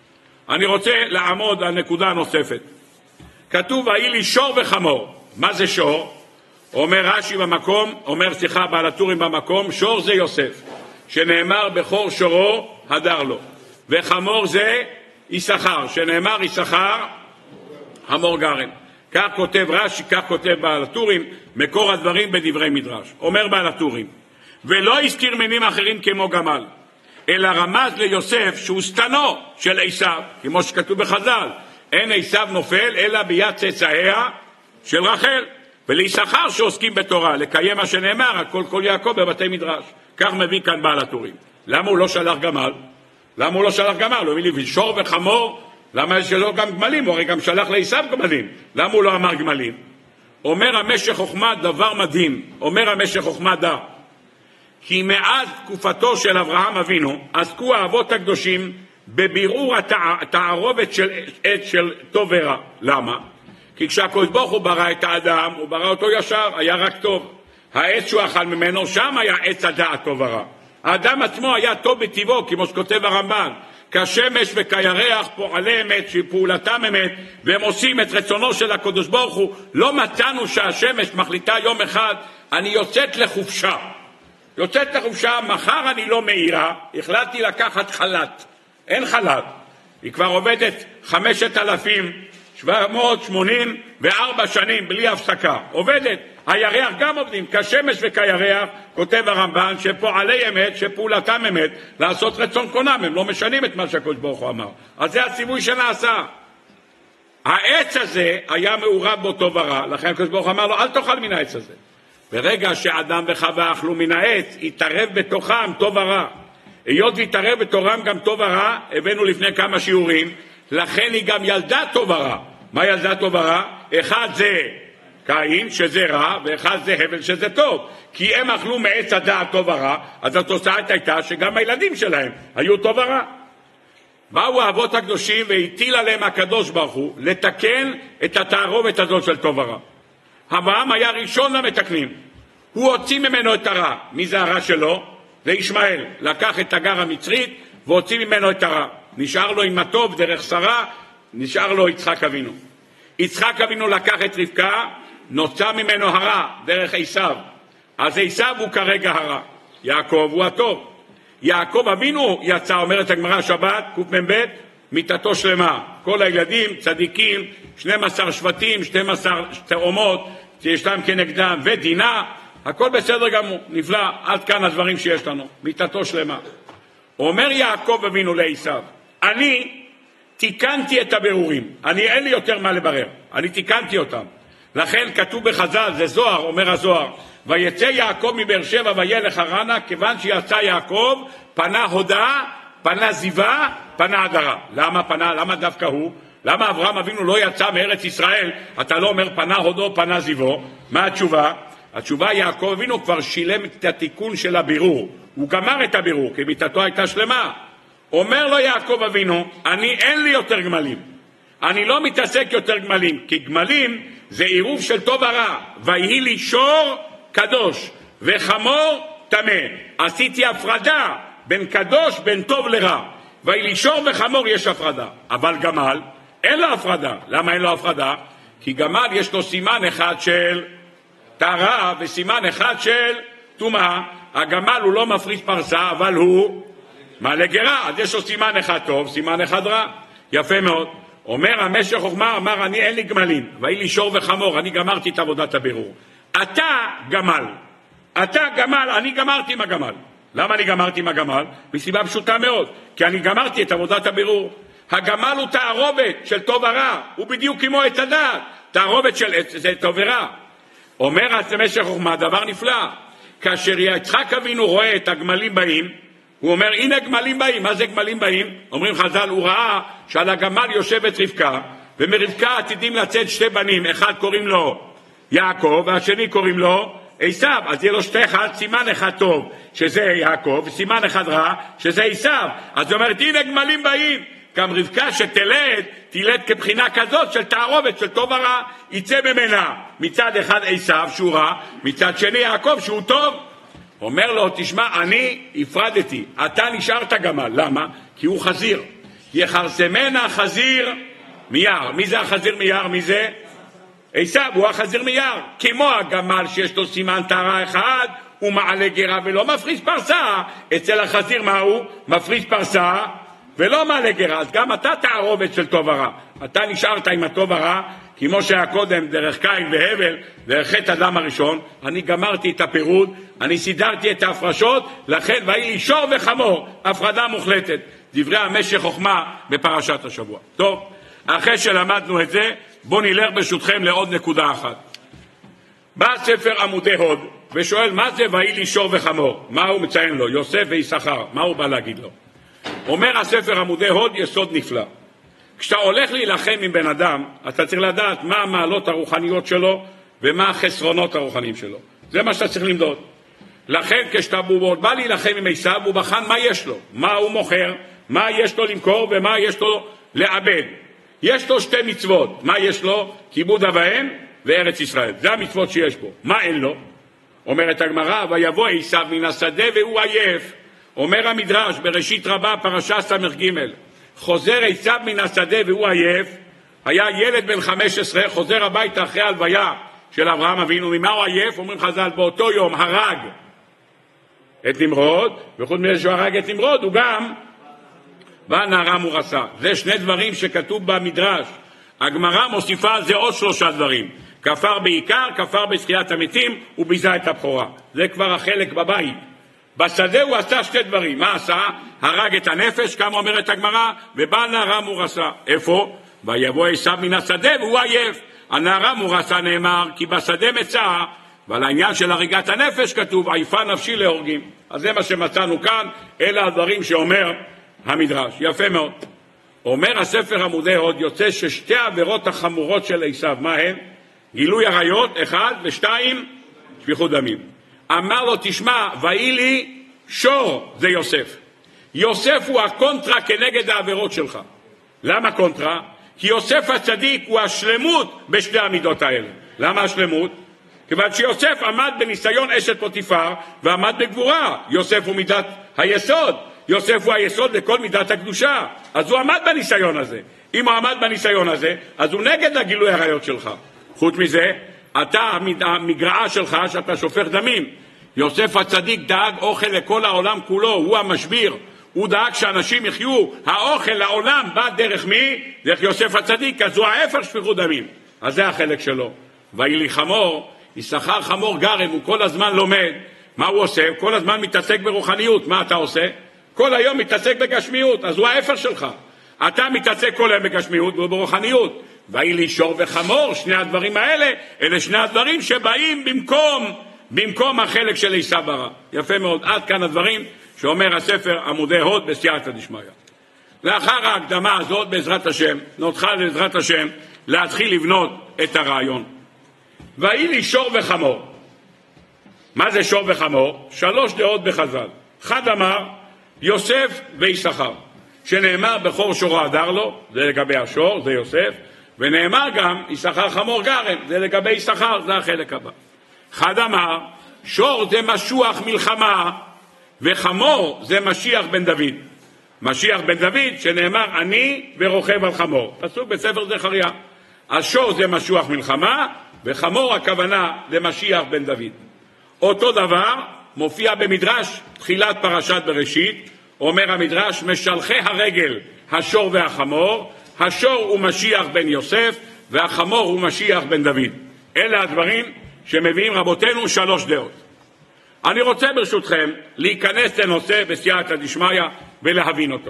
אני רוצה לעמוד על נקודה נוספת. כתוב, ויהי לי שור וחמור. מה זה שור? אומר רש"י במקום, בעל הטורים במקום, שור זה יוסף, שנאמר בכור שורו הדר לו. וחמור זה יששכר, שנאמר יששכר חמור גרם. כך כותב רש"י, כך כותב בעל הטורים, מקור הדברים בדברי מדרש. אומר בעל הטורים, ולא הזכיר מינים אחרים כמו גמל, אלא רמז ליוסף שהוא סתנו של עשיו, כמו שכתוב בחז"ל, אין עשיו נופל אלא ביד צאצאיה של רחל. וליששכר שעוסקים בתורה, לקיים מה שנאמר, הכל כל יעקב בבתי מדרש. כך מביא כאן בעל הטורים. למה הוא לא שלח גמל? הוא מביא לי שור וחמור, למה יש לו גם גמלים? הוא הרי גם שלח לעשיו גמלים. למה הוא לא אמר גמלים? אומר המשך חוכמה דבר מדהים, אומר המשך חוכמה דה, כי מאז תקופתו של אברהם אבינו עסקו האבות הקדושים בבירור התערובת של טוב ורע. למה? כי כשהקדוש ברוך הוא ברא את האדם, הוא ברא אותו ישר, היה רק טוב. העץ שהוא אכל ממנו, שם היה עץ הדעת טוב ורע. האדם עצמו היה טוב בטבעו, כמו שכותב הרמב"ן, כשמש וכירח פועלי אמת, שפעולתם אמת, והם עושים את רצונו של הקדוש ברוך הוא. לא מצאנו שהשמש מחליטה יום אחד, אני יוצאת לחופשה, מחר אני לא מאירה, החלטתי לקחת חל"ת. אין חל"ת, היא כבר עובדת 5,784 שנים בלי הפסקה, עובדת. הירח גם עובדים, כשמש וכירח, כותב הרמב"ן, שפועלי אמת, שפעולתם אמת, לעשות רצון קונם, הם לא משנים את מה שהקדוש ברוך הוא אמר. אז זה הציווי שנעשה. העץ הזה היה מעורב בו טוב ורע, לכן הקדוש ברוך הוא אמר לו, אל תאכל מן העץ הזה. ברגע שאדם וחווה אכלו מן העץ, התערב בתוכם טוב ורע. היות והתערב בתורם גם טוב ורע, הבאנו לפני כמה שיעורים, לכן היא גם ילדה טוב ורע. מה ילדה טוב ורע? אחד זה קין שזה רע, ואחד זה הבל שזה טוב. כי הם אכלו מעץ הדעת טוב ורע, אז התוצאה הייתה שגם הילדים שלהם היו טוב ורע. באו האבות הקדושים והטיל עליהם הקדוש ברוך הוא לתקן את התערובת הזאת של טוב ורע. אברהם היה ראשון למתקנים. הוא הוציא ממנו את הרע. מי זה הרע שלו? זה ישמעאל. לקח את הגר המצרית והוציא ממנו את הרע. נשאר לו עם הטוב דרך שרה, נשאר לו יצחק אבינו. יצחק אבינו לקח את רבקה, נוצא ממנו הרע דרך עשיו. אז עשיו הוא כרגע הרע. יעקב הוא הטוב. יעקב אבינו יצא, אומרת הגמרא שבת, קמ"ב, מיתתו שלמה. כל הילדים צדיקים, 12 שבטים, 12 תאומות, שיש להם כנגדם, ודינה, הכל בסדר גמור, נפלא, עד כאן הדברים שיש לנו, מיתתו שלמה. אומר יעקב אבינו לעשיו, אני תיקנתי את הבירורים, אין לי יותר מה לברר, אני תיקנתי אותם. לכן כתוב בחז"ל, זה זוהר, אומר הזוהר, ויצא יעקב מבאר שבע וילך הרנה, כיוון שיצא יעקב, פנה הודעה, פנה זיווה, פנה הדרה. למה פנה? למה דווקא הוא? למה אברהם אבינו לא יצא מארץ ישראל? אתה לא אומר פנה הודו, פנה זיוו. מה התשובה? התשובה, יעקב אבינו כבר שילם את התיקון של הבירור. הוא גמר את הבירור, כי מיתתו הייתה שלמה. אומר לו יעקב אבינו, אין לי יותר גמלים. אני לא מתעסק יותר גמלים, כי גמלים זה עירוב של טוב ורע. ויהי לי שור קדוש וחמור טמא. עשיתי הפרדה בין קדוש, בין טוב לרע. ויהי לי שור וחמור יש הפרדה. אבל גמל אין לו הפרדה. למה אין לו הפרדה? כי גמל יש לו סימן אחד של טהרה וסימן אחד של טומאה. הגמל הוא לא מפריש פרסה, אבל הוא מעלה גרה. אז יש לו סימן אחד טוב, סימן אחד רע. יפה מאוד. אומר המשך חוכמה, אמר אין לי גמלים, ויהי לי שור וחמור, אני גמרתי את עבודת הבירור. אתה גמל, אני גמרתי עם הגמל. למה אני גמרתי עם הגמל? מסיבה פשוטה מאוד, כי אני גמרתי את עבודת הבירור. הגמל הוא תערובת של טוב ורע, הוא בדיוק כמו עץ הדעת, תערובת של עץ, זה טוב ורע. אומר המשך חוכמה, דבר נפלא, כאשר יצחק אבינו רואה את הגמלים באים, הוא אומר, הנה גמלים באים. מה זה גמלים באים? אומרים חז"ל, הוא ראה שעל הגמל יושבת רבקה, ומרבקה עתידים לצאת שתי בנים, אחד קוראים לו יעקב, והשני קוראים לו עשיו. אז יהיה לו שתי אחד, סימן אחד טוב, שזה יעקב, וסימן אחד רע, שזה עשיו. אז הוא אומר, הנה גמלים באים. גם רבקה תלד כבחינה כזאת של תערובת, של טוב ורע, יצא ממנה מצד אחד עשיו שהוא רע, מצד שני יעקב שהוא טוב. אומר לו, תשמע, אני הפרדתי, אתה נשארת גמל. למה? כי הוא חזיר. יחרסמנה חזיר מיער. מי זה החזיר מיער? מי זה? עשיו, הוא החזיר מיער. כמו הגמל שיש לו סימן טהרה אחד, הוא מעלה גרה ולא מפריס פרסה. אצל החזיר מה הוא? מפריס פרסה ולא מעלה גרה. אז גם אתה תערובת של טוב ורע. אתה נשארת עם הטוב ורע, כמו שהיה קודם דרך קין והבל, דרך חטא אדם הראשון. אני גמרתי את הפירוד, אני סידרתי את ההפרשות, לכן ויהי לי שור וחמור, הפרדה מוחלטת. דברי המשך חוכמה בפרשת השבוע. טוב, אחרי שלמדנו את זה, בואו נלך ברשותכם לעוד נקודה אחת. בא ספר עמודי הוד ושואל מה זה ויהי לי שור וחמור? מה הוא מציין לו? יוסף ויששכר. מה הוא בא להגיד לו? אומר הספר עמודי הוד יסוד נפלא. כשאתה הולך להילחם עם בן אדם, אתה צריך לדעת מה המעלות הרוחניות שלו ומה החסרונות הרוחניים שלו. זה מה שאתה צריך למדוד. לכן כשאתה בא להילחם עם עשיו, הוא בחן מה יש לו, מה הוא מוכר, מה יש לו למכור ומה יש לו לעבד. יש לו שתי מצוות. מה יש לו? כיבוד אב ואם וארץ ישראל. זה המצוות שיש בו. מה אין לו? אומרת הגמרא, ויבוא עשיו מן השדה והוא עייף. אומר המדרש בראשית רבה פרשה ס"ג, חוזר עשיו מן השדה והוא עייף. היה ילד בן 15, חוזר הביתה אחרי הלוויה של אברהם אבינו. ממה הוא עייף? אומרים חז"ל, באותו יום הרג את נמרוד, וחוץ מזה שהוא הרג את נמרוד הוא גם בא נערה מורסה. זה שני דברים שכתוב במדרש. הגמרא מוסיפה על זה עוד 3 דברים. כפר בעיקר, כפר בזכיית המתים, וביזה את הבכורה. זה כבר החלק בבית. בשדה הוא עשה 2 דברים. מה עשה? הרג את הנפש, כמה אומרת הגמרא, ובא נערה מורסה. איפה? ויבוא עשיו מן השדה והוא עייף. הנערה מורסה נאמר, כי בשדה מצא, ועל העניין של הריגת הנפש כתוב, עייפה נפשי להורגים. אז זה מה שמצאנו כאן, אלה הדברים שאומר המדרש. יפה מאוד. אומר הספר עמודי הוד, יוצא ששתי העבירות החמורות של עשיו, מה הן? גילוי עריות, 1, ו2, שפיכות דמים. אמר לו, תשמע, ויהי לי שור, זה יוסף. יוסף הוא הקונטרה כנגד העבירות שלך. למה קונטרה? כי יוסף הצדיק הוא השלמות בשתי המידות האלה. למה השלמות? כיוון שיוסף עמד בניסיון אשת פוטיפר ועמד בגבורה. יוסף הוא מידת היסוד. יוסף הוא היסוד לכל מידת הקדושה. אז הוא עמד בניסיון הזה. אם הוא עמד בניסיון הזה, אז הוא נגד הגילוי העריות שלך. חוץ מזה, אתה המגרעה שלך שאתה שופך דמים. יוסף הצדיק דאג אוכל לכל העולם כולו, הוא המשביר. הוא דאג שאנשים יחיו, האוכל לעולם בא דרך מי? דרך יוסף הצדיק, אז הוא ההפך שפיכות דמים. אז זה החלק שלו. ויהי לי חמור, יששכר חמור גרם, הוא כל הזמן לומד. מה הוא עושה? כל הזמן מתעסק ברוחניות. מה אתה עושה? כל היום מתעסק בגשמיות, אז הוא ההפך שלך. אתה מתעסק כל היום בגשמיות וברוחניות. ויהי לי שור וחמור, 2 הדברים האלה, אלה 2 הדברים שבאים במקום החלק של עשיו ברא. יפה מאוד. עד כאן הדברים שאומר הספר עמודי הוד בסייעתא דשמיא. לאחר ההקדמה הזאת בעזרת השם, נותחה בעזרת השם להתחיל לבנות את הרעיון. ויהי לי שור וחמור. מה זה שור וחמור? 3 דעות בחז"ל. אחד אמר יוסף ויששכר, שנאמר בכור שורו הדר לו, זה לגבי השור, זה יוסף, ונאמר גם יששכר חמור גרם, זה לגבי יששכר, זה החלק הבא. אחד אמר שור זה משוח מלחמה, וחמור זה משיח בן דוד. משיח בן דוד שנאמר אני ורוכב על חמור, פסוק בספר זכריה. השור זה משוח מלחמה, וחמור הכוונה למשיח בן דוד. אותו דבר מופיע במדרש תחילת פרשת בראשית. אומר המדרש, משלחי הרגל השור והחמור. השור הוא משיח בן יוסף והחמור הוא משיח בן דוד. אלה הדברים שמביאים רבותינו 3 דעות. אני רוצה ברשותכם להיכנס לנושא בסייעתא דשמיא ולהבין אותו.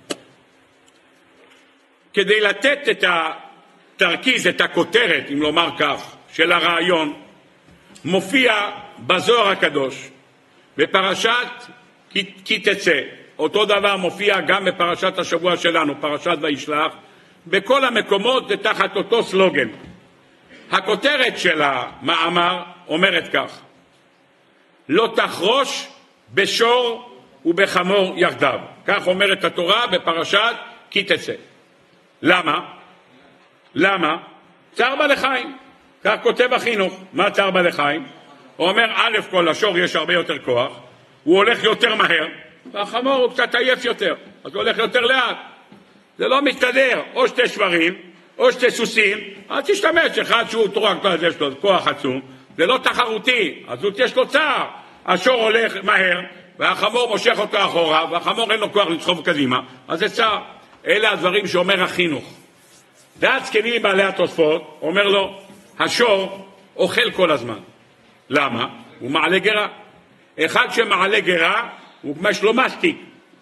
כדי לתת את התרכיז, את הכותרת, אם לומר כך, של הרעיון, מופיע בזוהר הקדוש, בפרשת כי תצא. אותו דבר מופיע גם בפרשת השבוע שלנו, פרשת וישלח. בכל המקומות זה תחת אותו סלוגן. הכותרת של המאמר אומרת כך: לא תחרוש בשור ובחמור יחדיו. כך אומרת התורה בפרשת כי תצא. למה? למה? צער בעלי חיים. כך כותב החינוך. מה צער בעלי חיים? הוא אומר, א' כל לשור יש הרבה יותר כוח, הוא הולך יותר מהר, והחמור הוא קצת עייף יותר, אז הוא הולך יותר לאט. זה לא מסתדר, או שתי שברים, או שתי סוסים, אז תשתמש אחד שהוא טרקטור, אז יש לו כוח עצום, זה לא תחרותי, אז יש לו צער, השור הולך מהר, והחמור מושך אותו אחורה, והחמור אין לו כוח לסחוב קדימה, אז זה צער. אלה הדברים שאומר החינוך. דעת זקנים בעלי התוספות, אומר לו, השור אוכל כל הזמן. למה? הוא מעלה גרה. אחד שמעלה גרה, הוא יש לו מסטיק.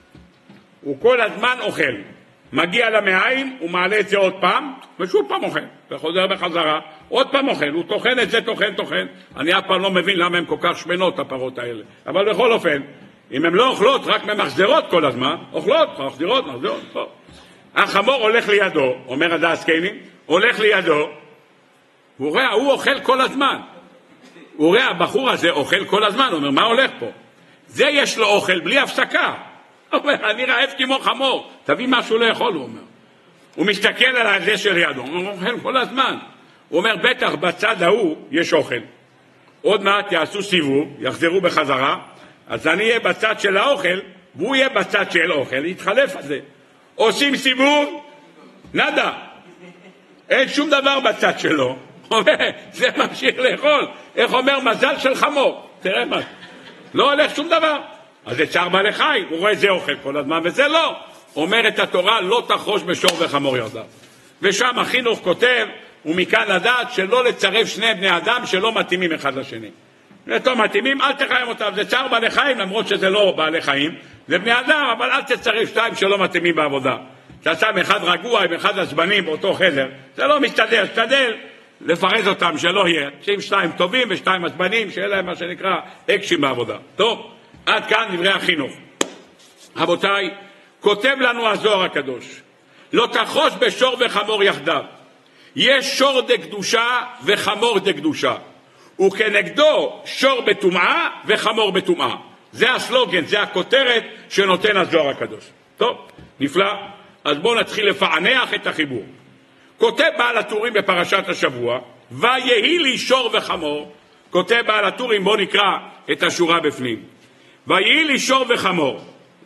הוא כל הזמן אוכל. מגיע למעיים, הוא מעלה את זה עוד פעם, ושוב פעם אוכל. וחוזר בחזרה, עוד פעם אוכל. הוא טוחן את זה, טוחן. אני אף פעם לא מבין למה הם כל כך שמנות, הפרות האלה. אבל בכל אופן, אם הם לא אוכלות, רק ממחזרות כל הזמן, אוכלות, מחזירות. החמור הולך לידו, אומר הדעת זקנים, הולך לידו, הוא רואה, הוא אוכל כל הזמן. הוא רואה, הבחור הזה אוכל כל הזמן, הוא אומר, מה הולך פה? זה יש לו אוכל בלי הפסקה. הוא אומר, אני רעב כמו חמור, תביא משהו לאכול, הוא אומר. הוא מסתכל על זה של ידו, הוא אוכל כל הזמן. הוא אומר, בטח בצד ההוא יש אוכל. עוד מעט יעשו סיבוב, יחזרו בחזרה, אז אני אהיה בצד של האוכל, והוא יהיה בצד של אוכל, יתחלף על זה. עושים סיבוב, נדה. אין שום דבר בצד שלו. זה ממשיך לאכול. איך אומר מזל של חמור? תראה מה. לא הולך שום דבר. אז זה צער בעלי חיים. הוא רואה זה אוכל כל הזמן וזה לא. אומרת התורה לא תחרוש בשור וחמור ירדיו. ושם החינוך כותב, ומכאן לדעת שלא לצרף שני בני אדם שלא מתאימים אחד לשני. לא מתאימים, אל תחיים אותם. זה צער בעלי חיים, למרות שזה לא בעלי חיים. זה בני אדם, אבל אל תצרף שתיים שלא מתאימים בעבודה. שעשם אחד רגוע עם אחד עצבנים באותו חדר, זה לא מסתדר, תשתדל לפרז אותם שלא יהיה, שהם שתיים טובים ושתיים עצבנים, שיהיה להם מה שנקרא אקשים בעבודה. טוב, עד כאן דברי החינוך. רבותיי, כותב לנו הזוהר הקדוש, לא תחרוש בשור וחמור יחדיו. יש שור דקדושה וחמור דקדושה, וכנגדו שור בטומאה וחמור בטומאה. זה הסלוגן, זה הכותרת שנותן הזוהר הקדוש. טוב, נפלא. אז בואו נתחיל לפענח את החיבור. כותב בעל הטורים בפרשת השבוע, ויהי לי שור וחמור. כותב בעל הטורים, בואו נקרא את השורה בפנים. ויהי לי שור וחמור,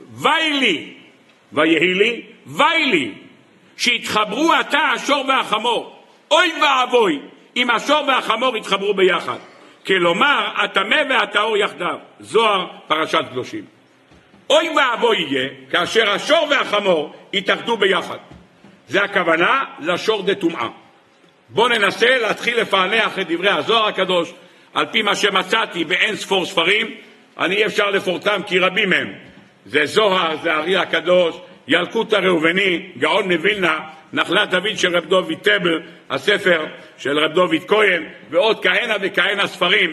ויהי לי, שהתחברו עתה השור והחמור. אוי ואבוי, אם השור והחמור יתחברו ביחד. כלומר, הטמא והטהור יחדיו. זוהר פרשת קדושים. אוי ואבוי יהיה כאשר השור והחמור יתאחדו ביחד. זה הכוונה לשור דטומאה. בואו ננסה להתחיל לפענח את דברי הזוהר הקדוש על פי מה שמצאתי באין ספור ספרים. אני אפשר לפורטם כי רבים הם. זה זוהר, זה ארי הקדוש, ילקוט הראובני, גאון מווילנה, נחלת דוד של רב דוד טבל, הספר של רב דוד כהן, ועוד כהנה וכהנה ספרים,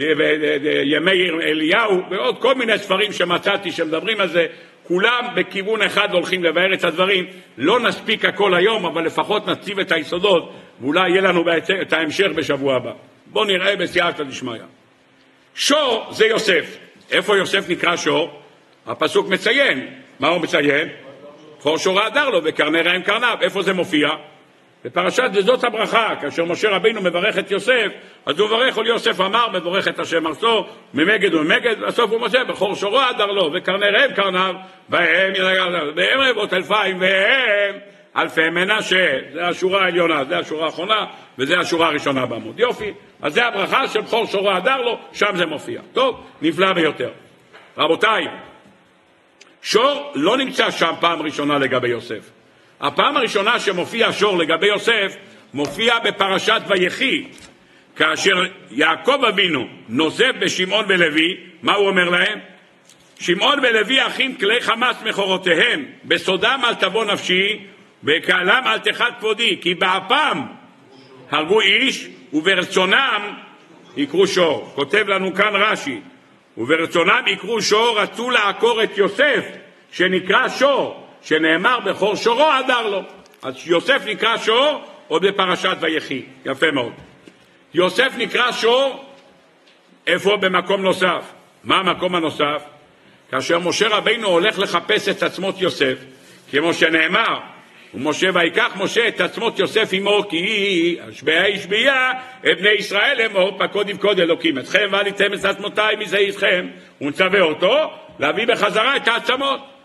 ימי אליהו, ועוד כל מיני ספרים שמצאתי שמדברים על זה. כולם בכיוון אחד הולכים לבאר את הדברים. לא נספיק הכל היום, אבל לפחות נציב את היסודות, ואולי יהיה לנו את ההמשך בשבוע הבא. בואו נראה בסייעתא דשמיא. שור זה יוסף. איפה יוסף נקרא שור? הפסוק מציין. מה הוא מציין? בכור שורו הדר לו וקרני רעם קרניו. איפה זה מופיע? בפרשת זאת הברכה, כאשר משה רבינו מברך את יוסף, אז הוא מברך, כל יוסף אמר, מברך את השם ארצו, ממגד וממגד, בסוף הוא משה, בכור שורו הדר לו וקרני רעם קרניו, והם רבות אלפיים, והם אלפי מנשה. זה השורה העליונה, זה השורה האחרונה, וזה השורה הראשונה בעמוד. יופי, אז זה הברכה של בכור שורו הדר לו, שם זה מופיע. טוב, נפלא ביותר. רבותיי, שור לא נמצא שם פעם ראשונה לגבי יוסף. הפעם הראשונה שמופיע שור לגבי יוסף מופיע בפרשת ויחי, כאשר יעקב אבינו נוזף בשמעון ולוי. מה הוא אומר להם? שמעון ולוי אחים כלי חמאס מחורותיהם, בסודם אל תבוא נפשי, בקהלם אל תחת כבודי, כי באפם הרגו איש וברצונם יקרו שור. כותב לנו כאן רש"י, וברצונם יקרו שור, רצו לעקור את יוסף שנקרא שור, שנאמר בכור שורו הדר לו. אז יוסף נקרא שור עוד בפרשת ויחי. יפה מאוד. יוסף נקרא שור איפה? במקום נוסף. מה המקום הנוסף? כאשר משה רבינו הולך לחפש את עצמות יוסף, כמו שנאמר, ומשה ויקח משה את עצמות יוסף עמו, כי השביה השביה את בני ישראל אמור, פקוד יפקוד אלוקים אתכם ועליתם את עצמותיי מזה איתכם. הוא מצווה אותו להביא בחזרה את העצמות.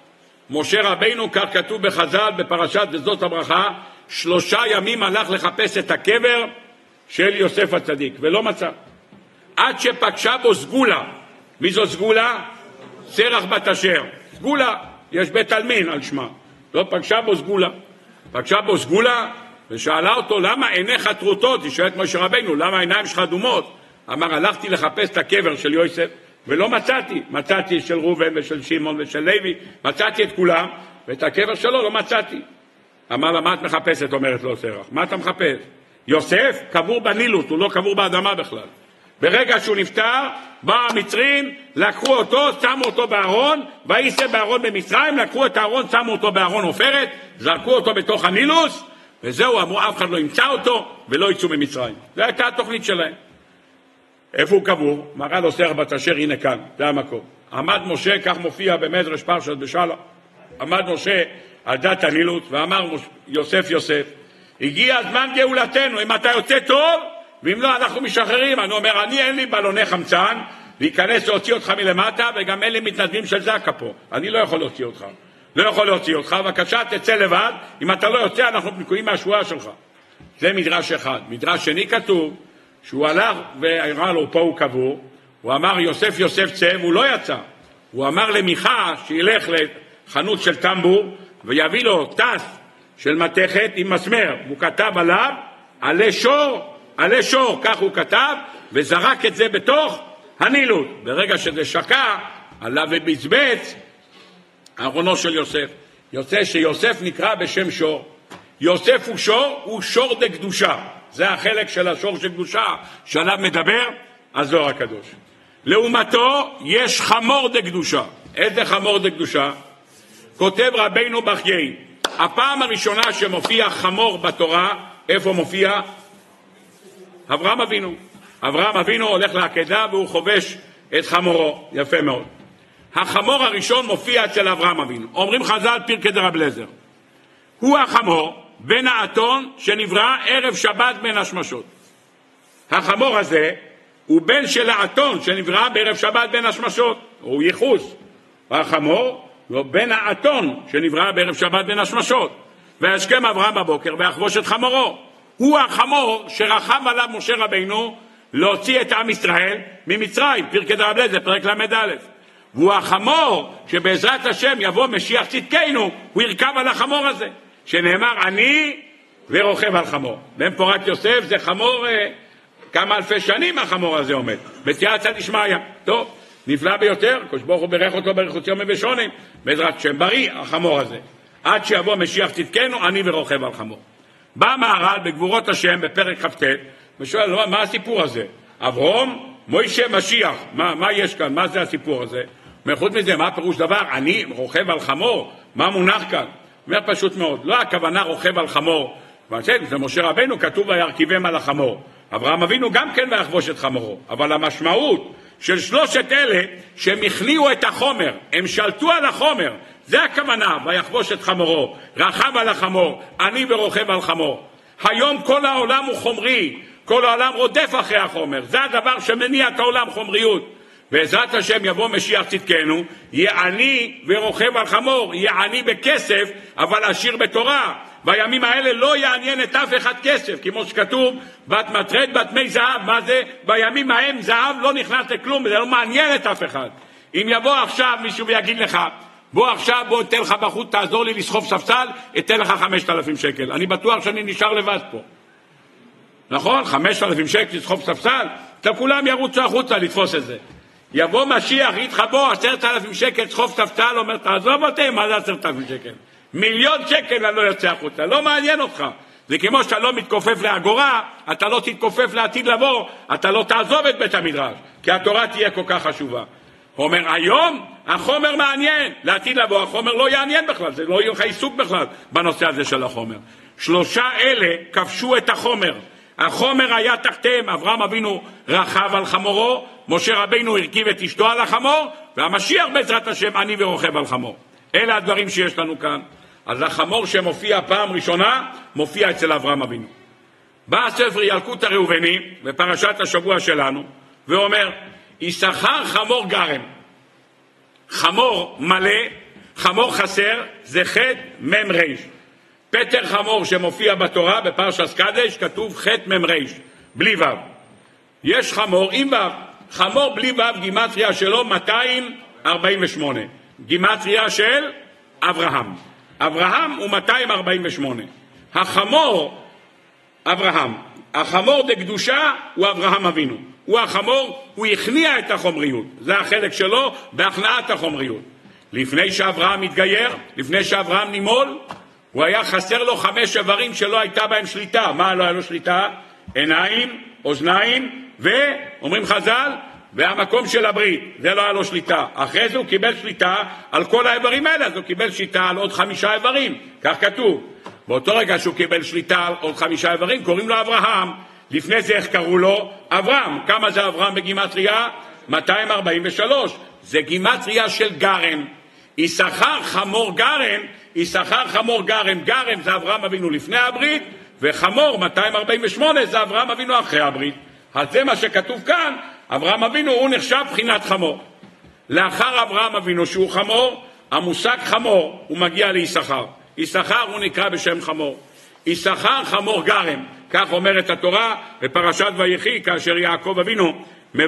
משה רבינו, כך כתוב בחז"ל בפרשת וזאת הברכה, 3 ימים הלך לחפש את הקבר של יוסף הצדיק ולא מצא, עד שפגשה בו סגולה. מי זו סגולה? סרח בת אשר. סגולה, יש בית עלמין על שמה. לא פגשה בו סגולה. פגשה בו סגולה ושאלה אותו, למה עיניך טרוטות? היא שואלת משה רבינו, למה העיניים שלך אדומות? אמר, הלכתי לחפש את הקבר של יוסף ולא מצאתי. מצאתי של ראובן ושל שמעון ושל לוי, מצאתי את כולם, ואת הקבר שלו לא מצאתי. אמר לה, מה את מחפשת? אומרת לו סרח. מה אתה מחפש? יוסף קבור בנילוס, הוא לא קבור באדמה בכלל. ברגע שהוא נפטר, בא המצרים, לקחו אותו, שמו אותו בארון, ויישא בארון במצרים, לקחו את הארון, שמו אותו בארון עופרת, זרקו אותו בתוך הנילוס, וזהו, אמרו, אף אחד לא ימצא אותו, ולא יצאו ממצרים. זו הייתה התוכנית שלהם. איפה הוא קבור? מראה לו סרח בת אשר, הנה כאן, זה המקום. עמד משה, כך מופיע במדרש פרשת בשלח, עמד משה על דת הנילוס, ואמר יוסף, הגיע זמן גאולתנו, אם אתה יוצא טוב, ואם לא, אנחנו משחררים. אני אומר, אין לי בלוני חמצן, להיכנס להוציא אותך מלמטה, וגם אין לי מתנדבים של זקה פה. אני לא יכול להוציא אותך. בבקשה, תצא לבד. אם אתה לא יוצא, אנחנו נקועים מהשבועה שלך. זה מדרש אחד. מדרש שני כתוב, שהוא הלך והראה לו, פה הוא קבור, הוא אמר, יוסף צא, והוא לא יצא. הוא אמר למיכה, שילך לחנות של טמבור, ויביא לו טס של מתכת עם מסמר. הוא כתב עליו, עלי שור, כך הוא כתב, וזרק את זה בתוך הנילוס. ברגע שזה שקע, עליו ובזבץ ארונו של יוסף. יוצא שיוסף נקרא בשם שור. יוסף הוא שור דקדושה. זה החלק של השור של קדושה, שעליו מדבר הזוהר הקדוש. לעומתו יש חמור דקדושה. איזה חמור דקדושה? כותב רבינו בחיי, הפעם הראשונה שמופיע חמור בתורה, איפה מופיע? אברהם אבינו הולך לעקדה והוא חובש את חמורו, יפה מאוד. החמור הראשון מופיע אצל אברהם אבינו. אומרים חז"ל פרקי דרב אליעזר, הוא החמור בן האתון שנברא ערב שבת בין השמשות. החמור הזה הוא בן של האתון שנברא בערב שבת בין השמשות, הוא ייחוס. החמור הוא בן האתון שנברא בערב שבת בין השמשות. וישכם אברהם בבוקר ויחבוש את חמורו. הוא החמור שרחם עליו משה רבינו להוציא את עם ישראל ממצרים, פרקי דרב אליעזר, פרק ל"א. והוא החמור שבעזרת השם יבוא משיח צדקנו, הוא ירכב על החמור הזה, שנאמר אני ורוכב על חמור. בן פורת יוסף זה חמור, כמה אלפי שנים החמור הזה עומד, בסייעתא דשמיא. טוב, נפלא ביותר, הקדוש ברוך הוא בירך אותו ברכות יום ושונים, בעזרת השם בריא החמור הזה, עד שיבוא משיח צדקנו, אני ורוכב על חמור. בא מהר"ל בגבורות השם בפרק כ"ט ושואל, מה הסיפור הזה? אברהם, מוישה, משיח, מה יש כאן? מה זה הסיפור הזה? חוץ מזה, מה פירוש דבר? אני רוכב על חמור? מה מונח כאן? אומר פשוט מאוד, לא הכוונה רוכב על חמור, זה משה רבינו כתוב וירכיבם על החמור. אברהם אבינו גם כן ויחבוש את חמורו, אבל המשמעות של שלושת אלה שהם הכליאו את החומר, הם שלטו על החומר, זה הכוונה, ויחבוש את חמורו, רחב על החמור, אני ורוכב על חמור. היום כל העולם הוא חומרי, כל העולם רודף אחרי החומר, זה הדבר שמניע את העולם, חומריות. בעזרת השם יבוא משיח צדקנו, יהיה עני ורוכב על חמור, יהיה עני בכסף אבל עשיר בתורה. בימים האלה לא יעניין את אף אחד כסף, כמו שכתוב בת מטרד בת מי זהב. מה זה? בימים ההם זהב לא נכנס לכלום, זה לא מעניין את אף אחד. אם יבוא עכשיו מישהו ויגיד לך, בוא אתן לך בחוץ, תעזור לי לסחוב ספסל, אתן לך 5,000 שקל. אני בטוח שאני נשאר לבד פה, נכון? 5,000 שקל לסחוב ספסל, כולם ירוצו החוצה לתפוס את זה. יבוא משיח, יתך בוא 10,000 שקל סחוב ספסל, אומר תעזוב אותי, מה זה 10,000 שקל? 1,000,000 שקל אני לא יוצא החוצה, לא מעניין אותך. זה כמו שאתה לא מתכופף לאגורה, אתה לא תתכופף לעתיד לבוא, אתה לא תעזוב את בית המדרש, כי התורה תהיה כל כך חשובה. הוא אומר, היום החומר מעניין, לעתיד לבוא החומר לא יעניין בכלל, זה לא יהיה לך עיסוק בכלל בנושא הזה של החומר. 3 אלה כבשו את החומר. החומר היה תחתיהם, אברהם אבינו רכב על חמורו, משה רבינו הרכיב את אשתו על החמור, והמשיח בעזרת השם אני ורוכב על חמור. אלה הדברים שיש לנו כאן. אז החמור שמופיע פעם ראשונה, מופיע אצל אברהם אבינו. בא הספר ילקוט הראובני, בפרשת השבוע שלנו, ואומר, יששכר חמור גרם. חמור מלא, חמור חסר זה ח' מ' ר'. פטר חמור שמופיע בתורה בפרשת קדש כתוב ח' מ' ר', בלי ו'. יש חמור עם ו'. חמור בלי ו' גימטריה שלו 248. גימטריה של אברהם. אברהם הוא 248. החמור אברהם. החמור דקדושה הוא אברהם אבינו. הוא החמור, הוא הכניע את החומריות. זה החלק שלו בהכנעת החומריות. לפני שאברהם מתגייר, לפני שאברהם נימול, הוא היה חסר לו 5 איברים שלא הייתה בהם שליטה. מה לא היה לו שליטה? עיניים, אוזניים, ואומרים חז"ל, והמקום של הברית. זה לא היה לו שליטה. אחרי זה הוא קיבל שליטה על כל האיברים האלה, אז הוא קיבל שליטה על עוד 5 איברים. כך כתוב. באותו רגע שהוא קיבל שליטה על עוד 5 איברים, קוראים לו אברהם. לפני זה איך קראו לו? אברהם. כמה זה אברהם בגימטריה? 243. זה גימטריה של גרם. יששכר חמור גרם, יששכר חמור גרם. גרם זה אברהם אבינו לפני הברית, וחמור 248 זה אברהם אבינו אחרי הברית. אז זה מה שכתוב כאן, אברהם אבינו הוא נחשב בחינת חמור. לאחר אברהם אבינו שהוא חמור, המושג חמור הוא מגיע ליששכר. יששכר הוא נקרא בשם חמור. יששכר חמור גרם, כך אומרת התורה בפרשת ויחי, כאשר יעקב אבינו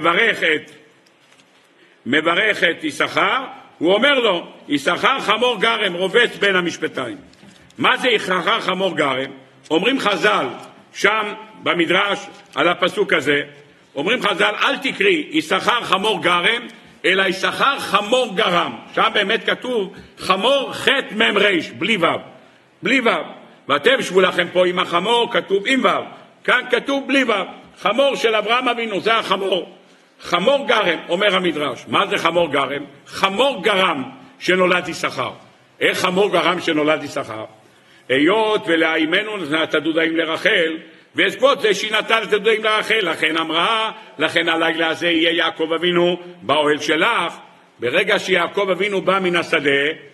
מברך את יששכר, הוא אומר לו, יששכר חמור גרם רובץ בין המשפטיים. מה זה יששכר חמור גרם? אומרים חז"ל שם במדרש על הפסוק הזה, אומרים חז"ל, אל תקרי יששכר חמור גרם, אלא יששכר חמור גרם. שם באמת כתוב חמור ח' מ' ר', בלי ו'. בלי ו'. ואתם שבו לכם פה עם החמור, כתוב עם ו'. כאן כתוב בלי ו'. חמור של אברהם אבינו, זה החמור. חמור גרם, אומר המדרש. מה זה חמור גרם? חמור גרם שנולד יששכר. איך חמור גרם שנולד יששכר? היות ולאימנו נתנה דודאים לרחל, ועקבות זה שהיא נתנה דודאים לרחל, לכן אמרה, לכן הלילה הזה יהיה יעקב אבינו באוהל שלך. ברגע שיעקב אבינו בא מן השדה,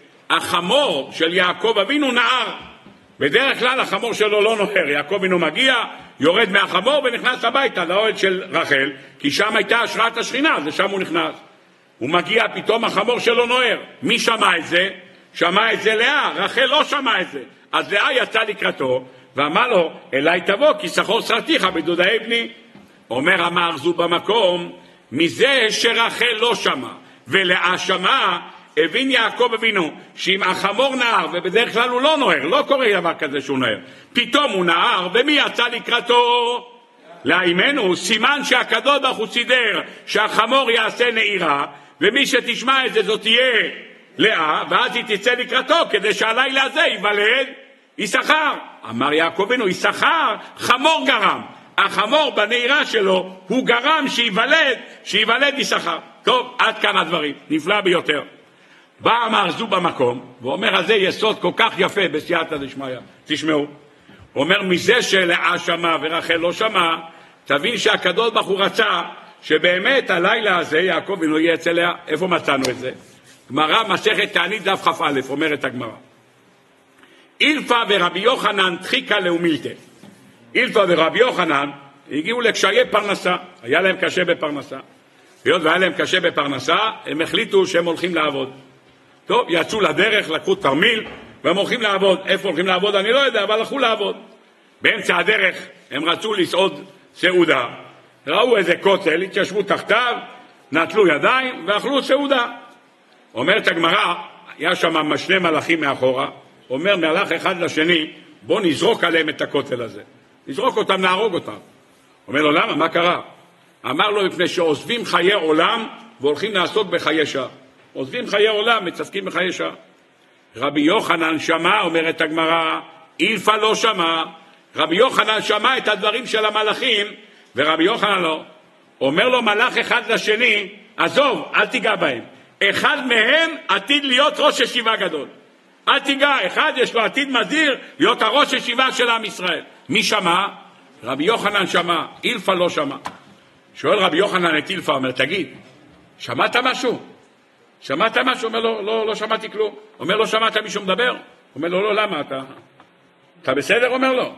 החמור של יעקב אבינו נער. בדרך כלל החמור שלו לא נוהר. יעקב אבינו מגיע, יורד מהחמור ונכנס הביתה לאוהל של רחל, כי שם הייתה השראת השכינה, זה שם הוא נכנס. הוא מגיע, פתאום החמור שלו נוהר. מי שמע את זה? שמע את זה לאה. רחל לא שמע את זה. אז לאה יצא לקראתו ואמר לו, אליי תבוא כי שכור שרתיך בדודאי בני. אומר המארזו במקום, מזה שרחל לא שמע ולאה שמע, הבין יעקב אבינו שאם החמור נער, ובדרך כלל הוא לא נוהר, לא קורה דבר כזה שהוא נוהר, פתאום הוא נער, ומי יצא לקראתו? לאימנו. סימן שהקדוש ברוך הוא סידר שהחמור יעשה נעירה, ומי שתשמע את זה זאת תהיה לאה, ואז היא תצא לקראתו כדי שהלילה הזה ייוולד יששכר. אמר יעקב אבינו, יששכר חמור גרם. החמור בנעירה שלו הוא גרם שייוולד יששכר. טוב, עד כאן הדברים, נפלא ביותר. בא המארזו במקום ואומר, הזה יסוד כל כך יפה בסייעתא דשמיא. תשמעו, אומר, מזה שלאה שמע ורחל לא שמע, תבין שהקדוש ברוך הוא רצה שבאמת הלילה הזה יעקב אבינו יהיה אצל לאה. איפה מצאנו את זה? גמרא מסכת תענית דף כ"א, אומרת הגמרא, אילפא ורבי יוחנן דחיקה לאומילתא. אילפא ורבי יוחנן הגיעו לקשיי פרנסה, היה להם קשה בפרנסה. היות והיה להם קשה בפרנסה, הם החליטו שהם הולכים לעבוד. טוב, יצאו לדרך, לקחו תרמיל, והם הולכים לעבוד. איפה הולכים לעבוד אני לא יודע, אבל הלכו לעבוד. באמצע הדרך הם רצו לסעוד סעודה. ראו איזה קוצל, התיישבו תחתיו, נטלו ידיים ואכלו סעודה. אומרת הגמרא, היה שם 2 מלאכים מאחורה, אומר מלאך אחד לשני, בוא נזרוק עליהם את הקוצל הזה. נזרוק אותם, נהרוג אותם. אומר לו, למה? מה קרה? אמר לו, מפני שעוזבים חיי עולם והולכים לעסוק בחיי שעה. עוזבים חיי עולם, מצפקים בחיי שעה. רבי יוחנן שמע, אומרת הגמרא, אילפא לא שמע. רבי יוחנן שמע את הדברים של המלאכים, ורבי יוחנן לא. אומר לו מלאך אחד לשני, עזוב, אל תיגע בהם. אחד מהם עתיד להיות ראש ישיבה גדול. אל תיגע, אחד יש לו עתיד מזהיר להיות הראש ישיבה של עם ישראל. מי שמע? רבי יוחנן שמע, אילפא לא שמע. שואל רבי יוחנן את אילפא, אומר, תגיד, שמעת משהו? שמעת משהו? אומר לו, לא שמעתי כלום. אומר לו, שמעת מישהו מדבר? אומר לו, לא, למה אתה בסדר? אומר לו,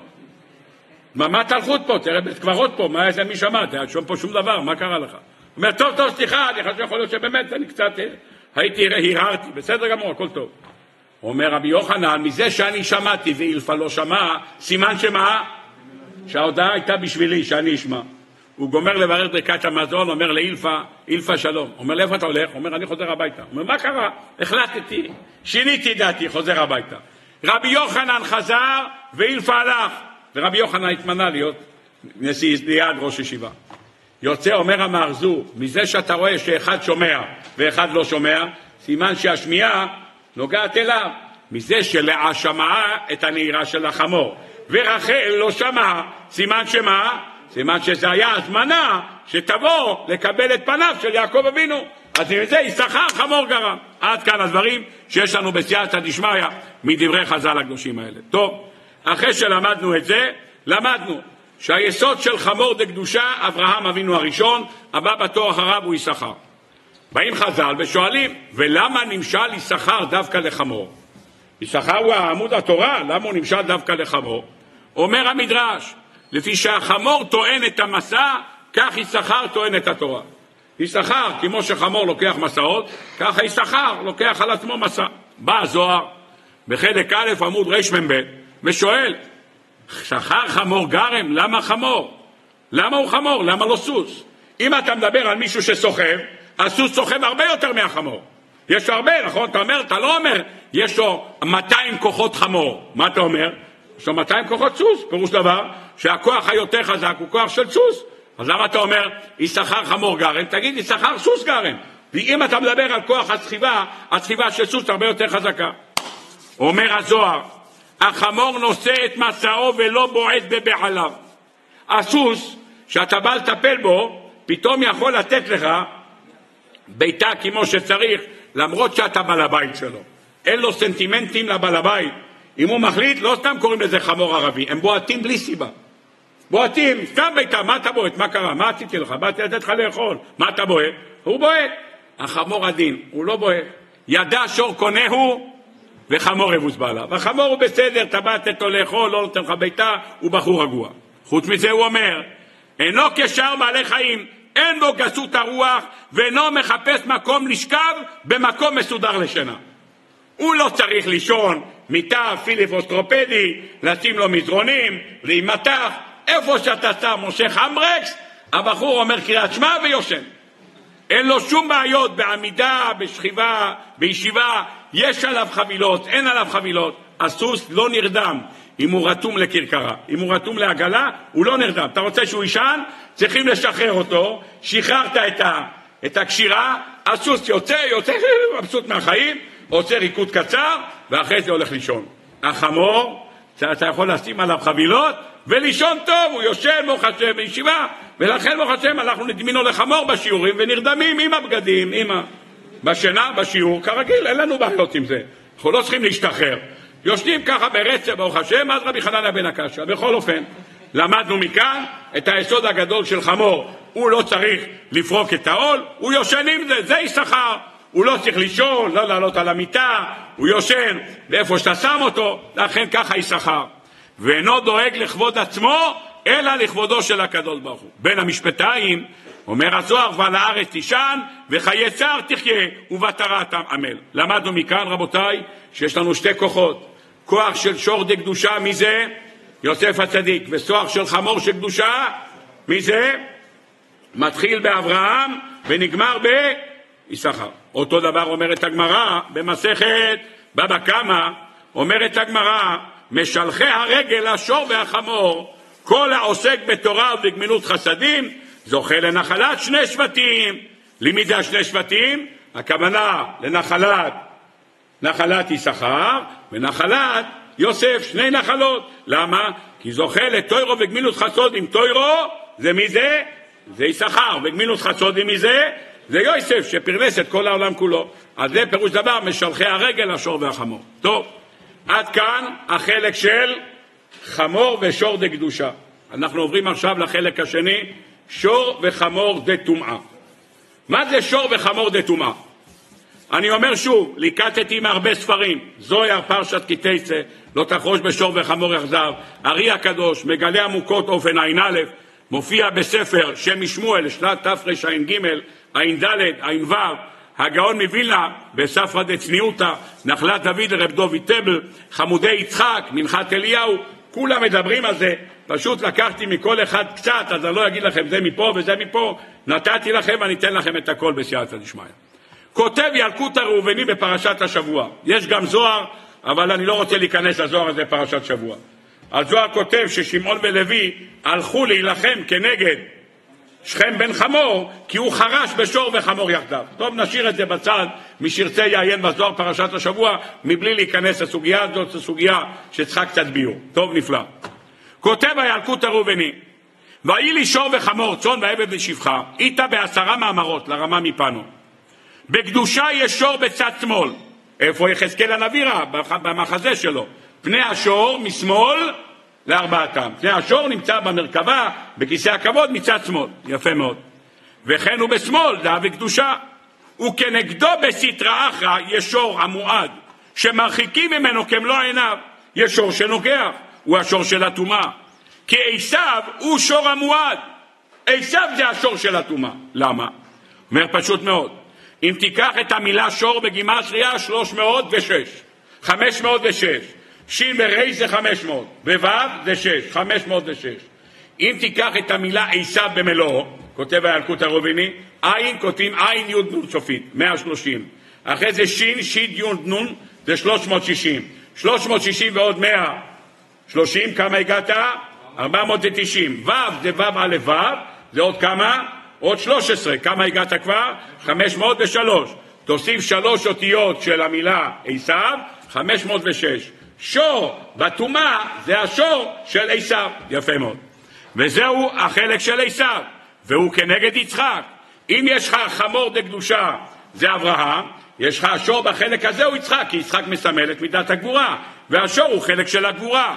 מה תלכות פה? תראה בית קברות פה, מה איזה מי שמעת? שום פה שום דבר, מה קרה לך? אומר, טוב, סליחה, אני חושב יכול להיות שבאמת אני קצת הרהרתי, בסדר גמור, הכל טוב. אומר רבי יוחנן, מזה שאני שמעתי ואילפה לא שמע, סימן שמה? שההודעה הייתה בשבילי, שאני אשמע. הוא גומר לברר ברכת המזון, אומר לאילפה שלום. אומר, לאיפה אתה הולך? אומר, אני חוזר הביתה. אומר, מה קרה? החלטתי, שיניתי דעתי, חוזר הביתה. רבי יוחנן חזר ואילפה הלך, ורבי יוחנן התמנה להיות נשיא ליד ראש ישיבה. יוצא, אומר המארזו, מזה שאתה רואה שאחד שומע ואחד לא שומע, סימן שהשמיעה נוגעת אליו. מזה שלאה שמעה את הנהירה של החמור ורחל לא שמעה, סימן שמה? סימן שזה היה הזמנה שתבוא לקבל את פניו של יעקב אבינו. אז מזה יששכר חמור גרם. עד כאן הדברים שיש לנו בסייעתא דשמיא מדברי חז"ל הקדושים האלה. טוב, אחרי שלמדנו את זה, למדנו שהיסוד של חמור דקדושה, אברהם אבינו הראשון, הבא בתור אחריו הוא יששכר. באים חז"ל ושואלים, ולמה נמשל יששכר דווקא לחמור? יששכר הוא עמוד התורה, למה הוא נמשל דווקא לחמור? אומר המדרש, לפי שהחמור טוען את המסע, כך יששכר טוען את התורה. יששכר, כמו שחמור לוקח מסעות, ככה יששכר לוקח על עצמו מסע. בא הזוהר בחלק א' עמוד רמ"ב ושואל, שכר חמור גרם, למה חמור? למה הוא חמור? למה לא סוס? אם אתה מדבר על מישהו שסוחב, הסוס סוחב הרבה יותר מהחמור. יש לו הרבה, נכון? אתה לא אומר, יש לו 200 כוחות חמור. מה אתה אומר? יש לו 200 כוחות סוס. פירוש דבר שהכוח היותר חזק הוא כוח של סוס. אז למה אתה אומר, יששכר חמור גרם? תגיד, יששכר סוס גרם. ואם אתה מדבר על כוח הסחיבה של סוס הרבה יותר חזקה. אומר הזוהר, החמור נושא את מסעו ולא בועט בבעליו. הסוס, שאתה בא לטפל בו, פתאום יכול לתת לך ביתה כמו שצריך, למרות שאתה בעל הבית שלו. אין לו סנטימנטים לבעל הבית. אם הוא מחליט, לא סתם קוראים לזה חמור ערבי, הם בועטים בלי סיבה. בועטים, סתם ביתה, מה אתה בועט? מה קרה? מה עשיתי לך? באתי לתת לך לאכול. מה אתה בועט? הוא בועט. החמור הדין, הוא לא בועט. ידע שור קונהו וחמור אבוס בעליו. החמור הוא בסדר, אתה בא לתת לו לאכול, לא נותן לך ביתה, הוא בחור רגוע. חוץ מזה הוא אומר, אינו כשאר בעלי חיים, אין בו גסות הרוח, ואינו מחפש מקום לשכב במקום מסודר לשינה. הוא לא צריך לישון מיטה פיליפוסטרופדי, לשים לו מזרונים, להימתח, איפה שאתה שם מושך אמברקס, הבחור אומר קריאת שמע ויושן. אין לו שום בעיות בעמידה, בשכיבה, בישיבה, יש עליו חבילות, אין עליו חבילות. הסוס לא נרדם אם הוא רתום לקרקרה, אם הוא רתום לעגלה, הוא לא נרדם. אתה רוצה שהוא ישן? צריכים לשחרר אותו, שחררת את הקשירה, הסוס יוצא מבסוט מהחיים, עושה ריקוד קצר, ואחרי זה הולך לישון. החמור, אתה יכול לשים עליו חבילות, ולישון טוב, הוא יושן ברוך השם בישיבה, ולכן ברוך השם אנחנו נדמינו לחמור בשיעורים, ונרדמים עם הבגדים, בשינה, בשיעור, כרגיל, אין לנו בעיות עם זה. אנחנו לא צריכים להשתחרר. יושנים ככה ברצף ברוך השם, אז רבי חנניה בן עקשיא. בכל אופן, למדנו מכאן את היסוד הגדול של חמור. הוא לא צריך לפרוק את העול, הוא יושן עם זה, זה יששכר. הוא לא צריך לישון, לא לעלות על המיטה, הוא יושן באיפה שאתה שם אותו, לכן ככה יששכר. ואינו דואג לכבוד עצמו, אלא לכבודו של הקדוש ברוך הוא. בין המשפטיים, אומר הזוהר, ועל הארץ תישן, וחיי צער תחיה, ובתרה תעמל. למדנו מכאן, רבותיי, שיש לנו שתי כוחות. כוח של שור דקדושה, מי זה? יוסף הצדיק. וכוח של חמור של קדושה, מי זה? מתחיל באברהם, ונגמר ביששכר. אותו דבר אומרת הגמרא, במסכת בבא קמא, אומרת הגמרא, משלחי הרגל, השור והחמור, כל העוסק בתורה ובגמילות חסדים, זוכה לנחלת שני שבטים. למי זה השני שבטים? הכוונה לנחלת יששכר ונחלת יוסף, שני נחלות. למה? כי זוכה לתוירו וגמילות חסודים. תוירו זה מי זה? זה יששכר. וגמילות חסודים מי זה? זה יוסף שפרנס את כל העולם כולו. אז זה פירוש דבר, משלחי הרגל, השור והחמור. טוב, עד כאן החלק של חמור ושור דקדושה. אנחנו עוברים עכשיו לחלק השני, שור וחמור דטומאה. מה זה שור וחמור דטומאה? אני אומר שוב, ליקטתי מהרבה ספרים, זוהר פרשת כי תצא, לא תחרוש בשור וחמור יחדיו, ארי הקדוש, מגלה עמוקות אופן ע"א, מופיע בספר שם משמואל, שנת תרע"ג, ע"ד, ע"ו, הגאון מווילנה, בספרא דצניעותא, נחלת דוד לרב דוד טבל, חמודי יצחק, מנחת אליהו, כולם מדברים על זה. פשוט לקחתי מכל אחד קצת, אז אני לא אגיד לכם זה מפה וזה מפה, נתתי לכם ואני אתן לכם את הכל בסייעתא דשמיא. כותב ילקוט הראובני בפרשת השבוע. יש גם זוהר, אבל אני לא רוצה להיכנס לזוהר הזה פרשת שבוע. הזוהר כותב ששמעון ולוי הלכו להילחם כנגד שכם בן חמור, כי הוא חרש בשור וחמור יחדיו. טוב, נשאיר את זה בצד, מי שירצה יעיין בזוהר פרשת השבוע, מבלי להיכנס לסוגיה הזאת, זו סוגיה שצריכה קצת ביור. טוב, נפלא. כותב הילקוט הראובני, ויהי לי שור וחמור, צאן ועבד ושפחה, איתה ב10 מאמרות, לרמה מפנו. בקדושה יש שור בצד שמאל. איפה יחזקאל הנביא ראה? במחזה שלו. פני השור משמאל לארבעתם. פני השור נמצא במרכבה, בכיסא הכבוד מצד שמאל. יפה מאוד. וכן הוא בשמאל, דעה וקדושה. וכנגדו בסתרא אחרא יש שור המועד, שמרחיקים ממנו כמלוא עיניו. יש שור שנוגח, הוא השור של הטומאה. כי עשיו הוא שור המועד. עשיו זה השור של הטומאה. למה? אומר פשוט מאוד. אם תיקח את המילה שור בגימטריה 306, 506, שין ורי זה 500, ווו זה 6, 506. אם תיקח את המילה עשיו במלואו, כותב הילקוט הראובני, עין כותבים עין יוד נון סופית, 130. אחרי זה שין, שיד יוד נון, זה 360. 360 ועוד 130, כמה הגעת? 490. וו זה וו א' וו, זה עוד כמה? עוד 13, כמה הגעת כבר? 503. תוסיף 3 אותיות של המילה עשיו, 506. שור בטומאה זה השור של עשיו. יפה מאוד. וזהו החלק של עשיו, והוא כנגד יצחק. אם יש לך חמור דקדושה זה אברהם, יש לך שור בחלק הזה הוא יצחק, כי יצחק מסמל את מידת הגבורה, והשור הוא חלק של הגבורה.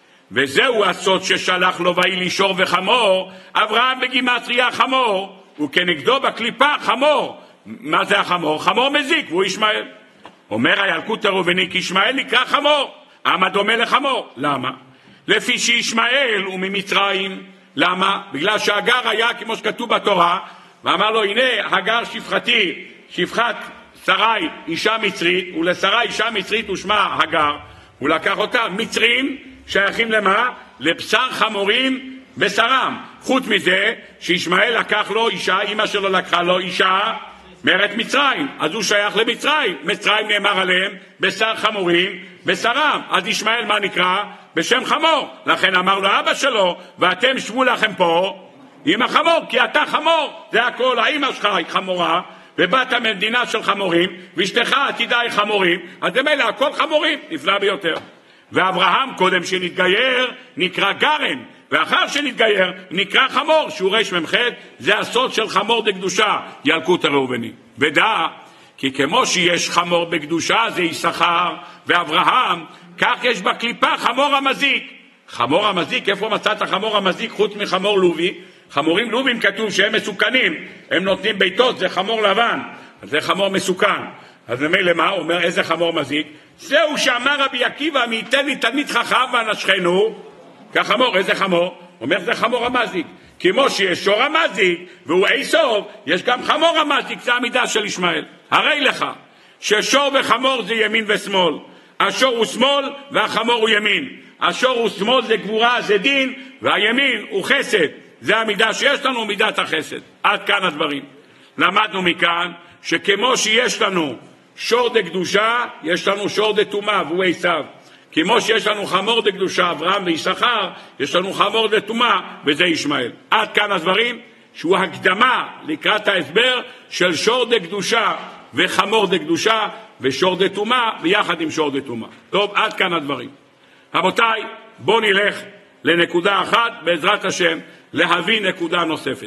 וזהו הסוד ששלח לו ויהי לי שור וחמור, אברהם בגימטריה חמור, וכנגדו בקליפה חמור. מה זה החמור? חמור מזיק, והוא ישמעאל. אומר הילקוט הראובני, כי ישמעאל נקרא חמור, עם הדומה לחמור. למה? לפי שישמעאל הוא ממצרים. למה? בגלל שהגר היה כמו שכתוב בתורה, ואמר לו הנה הגר שפחתי, שפחת שרי אישה מצרית, ולשרי אישה מצרית ושמה הגר. הוא לקח אותה. מצרים שייכים למה? לבשר חמורים בשרם. חוץ מזה שישמעאל לקח לו אישה, אמא שלו לקחה לו אישה מארץ מצרים, אז הוא שייך למצרים. מצרים נאמר עליהם בשר חמורים בשרם, אז ישמעאל מה נקרא? בשם חמור. לכן אמר לו אבא שלו, ואתם שבו לכם פה עם החמור, כי אתה חמור, זה הכל. האמא שלך היא חמורה ובאת ממדינה של חמורים, ואשתך עתידה היא חמורים, אז במילא הכל חמורים. נפלא ביותר. ואברהם קודם שנתגייר נקרא גרן, ואחר שנתגייר נקרא חמור, שהוא רש ממחד. זה הסוד של חמור דקדושה, ילקוט הראובני. ודע כי כמו שיש חמור בקדושה זה יששכר ואברהם, כך יש בקליפה חמור המזיק. חמור המזיק, איפה מצאת חמור המזיק חוץ מחמור לובי? חמורים לובים כתוב שהם מסוכנים, הם נותנים ביתות, זה חמור לבן, אז זה חמור מסוכן. אז למילא מה? הוא אומר איזה חמור מזיק? זהו שאמר רבי עקיבא, מי ייתן לי תלמיד חכם ואנשכנו כחמור. איזה חמור? הוא אומר זה חמור המזיק. כמו שיש שור המזיק והוא עשיו, יש גם חמור המזיק, זה המידה של ישמעאל. הרי לך ששור וחמור זה ימין ושמאל, השור הוא שמאל והחמור הוא ימין. השור הוא שמאל זה גבורה, זה דין, והימין הוא חסד, זה המידה שיש לנו, מידת החסד. עד כאן הדברים. למדנו מכאן שכמו שיש לנו שור דקדושה, יש לנו שור דטומאה והוא עשיו. כמו שיש לנו חמור דקדושה אברהם ויששכר, יש לנו חמור דטומאה וזה ישמעאל. עד כאן הדברים, שהוא הקדמה לקראת ההסבר של שור דקדושה וחמור דקדושה ושור דטומאה ויחד עם שור דטומאה. טוב, עד כאן הדברים. רבותיי, בואו נלך לנקודה אחת, בעזרת השם, להבין נקודה נוספת.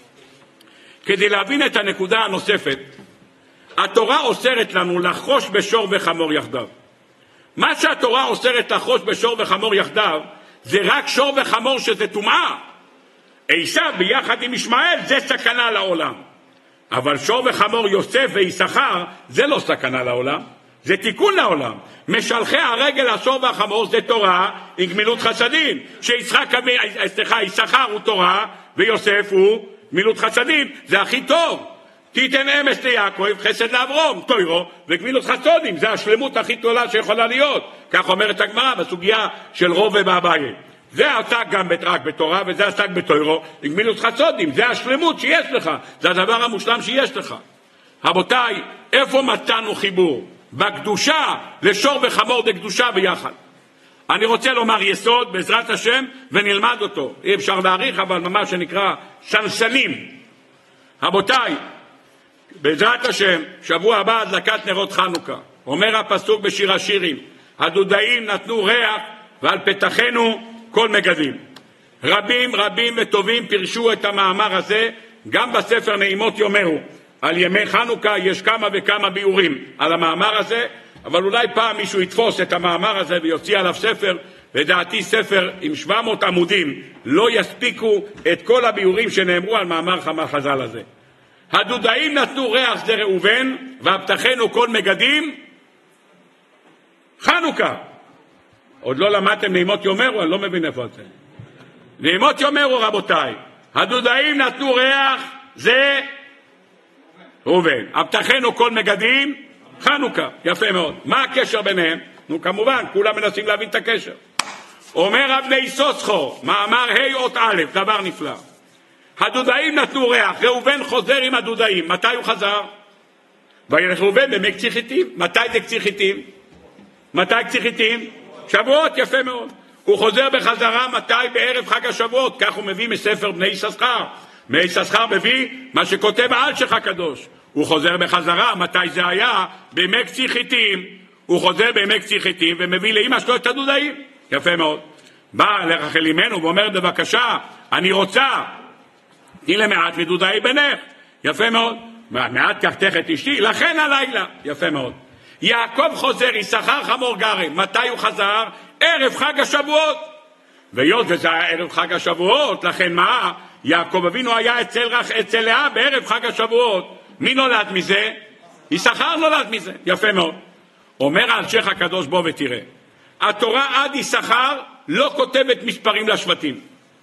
כדי להבין את הנקודה הנוספת, התורה אוסרת לנו לחוש בשור וחמור יחדיו. מה שהתורה אוסרת לחוש בשור וחמור יחדיו, זה רק שור וחמור שזה טומאה. עשיו ביחד עם ישמעאל זה סכנה לעולם. אבל שור וחמור יוסף ויששכר זה לא סכנה לעולם, זה תיקון לעולם. משלחי הרגל השור והחמור זה תורה עם גמילות חסדים. יששכר הוא תורה ויוסף הוא גמילות חסדים, זה הכי טוב. תיתן אמס ליעקב, חסד לאברום, תוירו וגמילות חסודים. זה השלמות הכי גדולה שיכולה להיות. כך אומרת הגמרא בסוגיה של רוב ובאביי. זה עסק גם רק בתורה וזה עסק בתוירו וגמילות חסודים. זה השלמות שיש לך, זה הדבר המושלם שיש לך. רבותיי, איפה מצאנו חיבור? בקדושה, לשור וחמור דקדושה ביחד. אני רוצה לומר יסוד בעזרת השם ונלמד אותו. אי אפשר להאריך, אבל ממש שנקרא סלסלים. רבותיי, בעזרת השם, שבוע הבא הדלקת נרות חנוכה. אומר הפסוק בשיר השירים, הדודאים נתנו ריח ועל פתחנו כל מגדים. רבים רבים וטובים פירשו את המאמר הזה, גם בספר נעימות יאמרו. על ימי חנוכה יש כמה וכמה ביאורים על המאמר הזה, אבל אולי פעם מישהו יתפוס את המאמר הזה ויוציא עליו ספר, ודעתי ספר עם 700 עמודים לא יספיקו את כל הביאורים שנאמרו על מאמר חז"ל הזה. הדודאים נתנו ריח שדה ראובן, והבטחנו כל מגדים חנוכה. עוד לא למדתם נעימות יאמרו, אני לא מבין איפה זה. נעימות יאמרו רבותיי, הדודאים נתנו ריח זה ראובן, הבטחנו כל מגדים חנוכה. יפה מאוד. מה הקשר ביניהם? נו כמובן, כולם מנסים להבין את הקשר. אומר אבני סוסחו, מאמר ה' אות א', דבר נפלא. הדודאים נתנו ריח, ראובן חוזר עם הדודאים. מתי הוא חזר? וילך ראובן במי קציר חיטים. מתי זה קציר חיטים? מתי קציר חיטים? שבועות, יפה מאוד. הוא חוזר בחזרה מתי? בערב חג השבועות. כך הוא מביא מספר בני יששכר. בני יששכר מביא מה שכותב האלשיך הקדוש. הוא חוזר בחזרה, מתי זה היה? בימי קציר חיטים. הוא חוזר בימי קציר חיטים ומביא לאמא שלו את הדודאים. יפה מאוד. בא לרחל אמנו ואומר בבקשה, אני רוצה, תני למעט מדודאי בנך. יפה מאוד. מעט קחתך את אשתי, לכן הלילה. יפה מאוד. יעקב חוזר, יששכר חמור גרם. מתי הוא חזר? ערב חג השבועות. והיות וזה היה ערב חג השבועות, לכן מה? יעקב אבינו היה אצל לאה בערב חג השבועות. מי נולד מזה? יששכר נולד מזה. יפה מאוד. אומר האלשיך הקדוש בו ותראה, התורה עד יששכר לא כותבת מספרים לשבטים.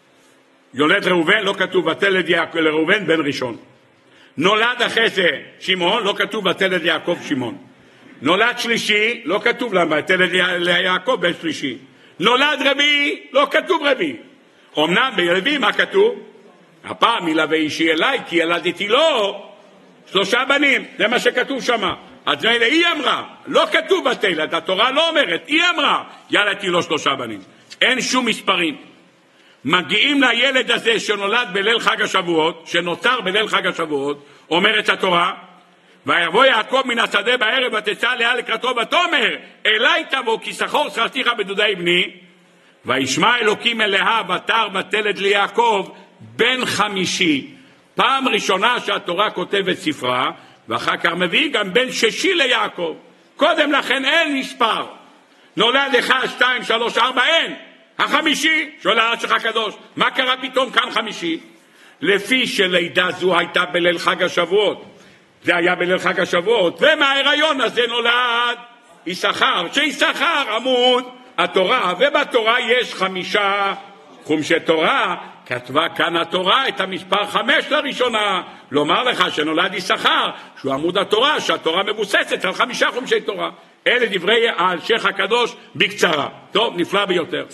יולד ראובן, לא כתוב ותלד לראובן בן ראשון. נולד אחרי זה שמעון, לא כתוב ותלד ליעקב שמעון. נולד שלישי, לא כתוב למה ותלד ליעקב בן שלישי. נולד רביעי, לא כתוב רביעי. אמנם ברביעי מה כתוב? הפעם ילווה אישי אליי כי ילדתי לו 3 בנים, זה מה שכתוב שמה. אז היא אמרה, לא כתוב ותלד, התורה לא אומרת, היא אמרה, ילדתי לו 3 בנים. אין שום מספרים. מגיעים לילד הזה שנולד בליל חג השבועות, שנוצר בליל חג השבועות, אומרת התורה, ויבוא יעקב מן השדה בערב ותצא לאה לקראתו ותאמר, אליי תבוא כי שכור שכרתיך בדודי בני, וישמע אלוקים אליה ותר ותלד ליעקב בן 5. פעם ראשונה שהתורה כותבת ספרה, ואחר כך מביא גם בן 6 ליעקב. קודם לכן אין מספר. נולד 1, 2, 3, 4, אין. 5, שואל האלשיך הקדוש, מה קרה פתאום כאן 5? לפי שלידה זו הייתה בליל חג השבועות. זה היה בליל חג השבועות, ומההיריון הזה נולד יששכר, שיששכר עמוד התורה, ובתורה יש 5 חומשי תורה. כתבה כאן התורה את המספר 5 לראשונה, לומר לך שנולד יששכר, שהוא עמוד התורה, שהתורה מבוססת על 5 חומשי תורה. אלה דברי האלשיך הקדוש בקצרה. טוב, נפלא ביותר.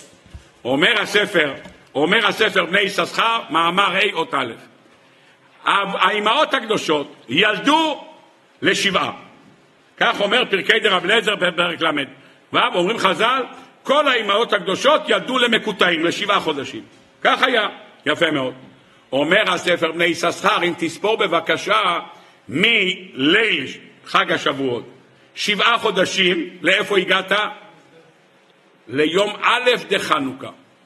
אומר הספר בני יששכר, מאמר ה' אות א'. האימהות הקדושות ילדו ל7. כך אומר פרקי דרב אליעזר בפרק ל'. ואומרים חז"ל, כל האימהות הקדושות ילדו למקוטעים, ל7 חודשים. כך היה. יפה מאוד. אומר הספר בני יששכר, אם תספור בבקשה מליל חג השבועות 7 חודשים, לאיפה הגעת? ליום א' דחנוכה.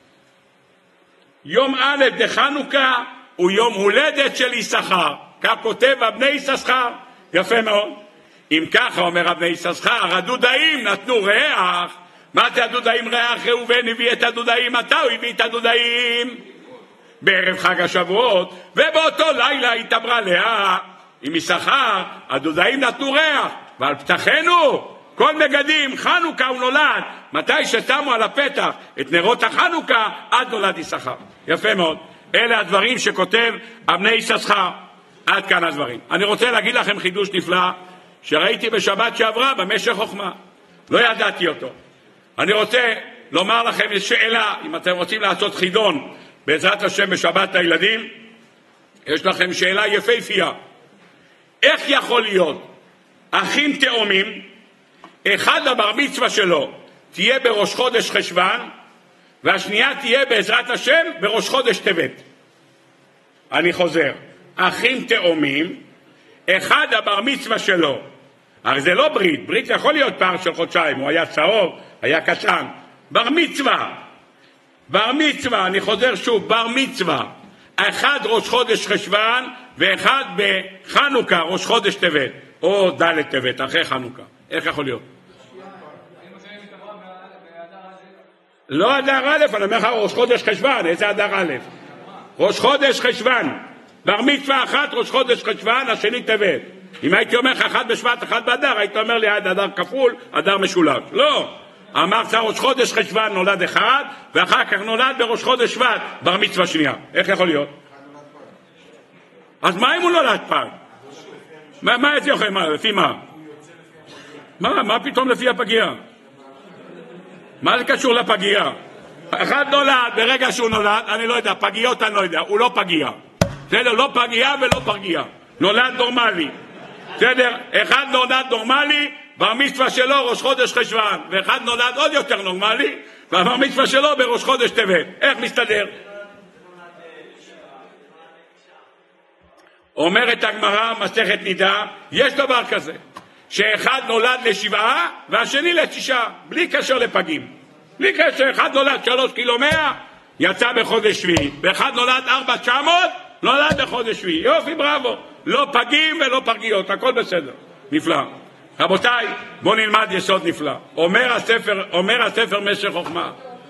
יום א' דחנוכה הוא יום הולדת של יששכר. כך כותב בני יששכר. יפה מאוד. אם ככה אומר בני יששכר, הדודאים נתנו ריח. מה זה הדודאים ריח? ראובן הביא את הדודאים. מתי הוא הביא את הדודאים? בערב חג השבועות, ובאותו לילה התעברה לאה עם יששכר, הדודאים נתנו ריח, ועל פתחנו כל מגדים, חנוכה הוא נולד. מתי ששמו על הפתח את נרות החנוכה, עד נולד יששכר. יפה מאוד. אלה הדברים שכותב בני יששכר. עד כאן הדברים. אני רוצה להגיד לכם חידוש נפלא שראיתי בשבת שעברה במשך חוכמה. לא ידעתי אותו. אני רוצה לומר לכם שאלה, אם אתם רוצים לעשות חידון בעזרת השם בשבת הילדים, יש לכם שאלה יפהפייה. איך יכול להיות אחים תאומים, אחד הבר מצווה שלו תהיה בראש חודש חשוון, והשנייה תהיה בעזרת השם בראש חודש טבת? אני חוזר, אחים תאומים, אחד הבר מצווה שלו, הרי זה לא ברית, ברית יכול להיות פער של חודשיים, הוא היה צהוב, היה קטן, בר מצווה, אני חוזר שוב, בר מצווה, אחד ראש חודש חשוון ואחד בחנוכה ראש חודש טבת, או ד' טבת, אחרי חנוכה. איך יכול להיות? לא אדר א', אני אומר לך ראש חודש חשוון. איזה אדר א'? ראש חודש חשוון, בר מצווה אחת ראש חודש חשוון, השני טבת. אם הייתי אומר לך אחד בשבט אחד באדר, היית אומר לי אדר כפול, אדר משולש. לא, אמרת ראש חודש חשוון נולד אחד, ואחר כך נולד בראש חודש שבט בר מצווה שנייה. איך יכול להיות? אז מה אם הוא נולד פג? מה איזה יוכל? לפי מה? מה פתאום לפי הפגיעה? מה זה קשור לפגיעה? אחד נולד, ברגע שהוא נולד, אני לא יודע, פגיעות אני לא יודע, הוא לא פגיע. בסדר, לא פגיעה ולא פגיעה. נולד נורמלי. בסדר, אחד נולד נורמלי, בר מצווה שלו ראש חודש חשוון, ואחד נולד עוד יותר נורמלי, והבר מצווה שלו בראש חודש טבת. איך מסתדר? אומרת הגמרא, מסכת נידה, יש דבר כזה, שאחד נולד לשבעה והשני לתשעה, בלי קשר לפגים. בלי קשר, אחד נולד 3 קילו 100, יצא בחודש שביעי, ואחד נולד 4,900, נולד בחודש שביעי. יופי, בראבו. לא פגים ולא פגיות, הכל בסדר. נפלא. רבותיי, בואו נלמד יסוד נפלא. אומר הספר משך חוכמה,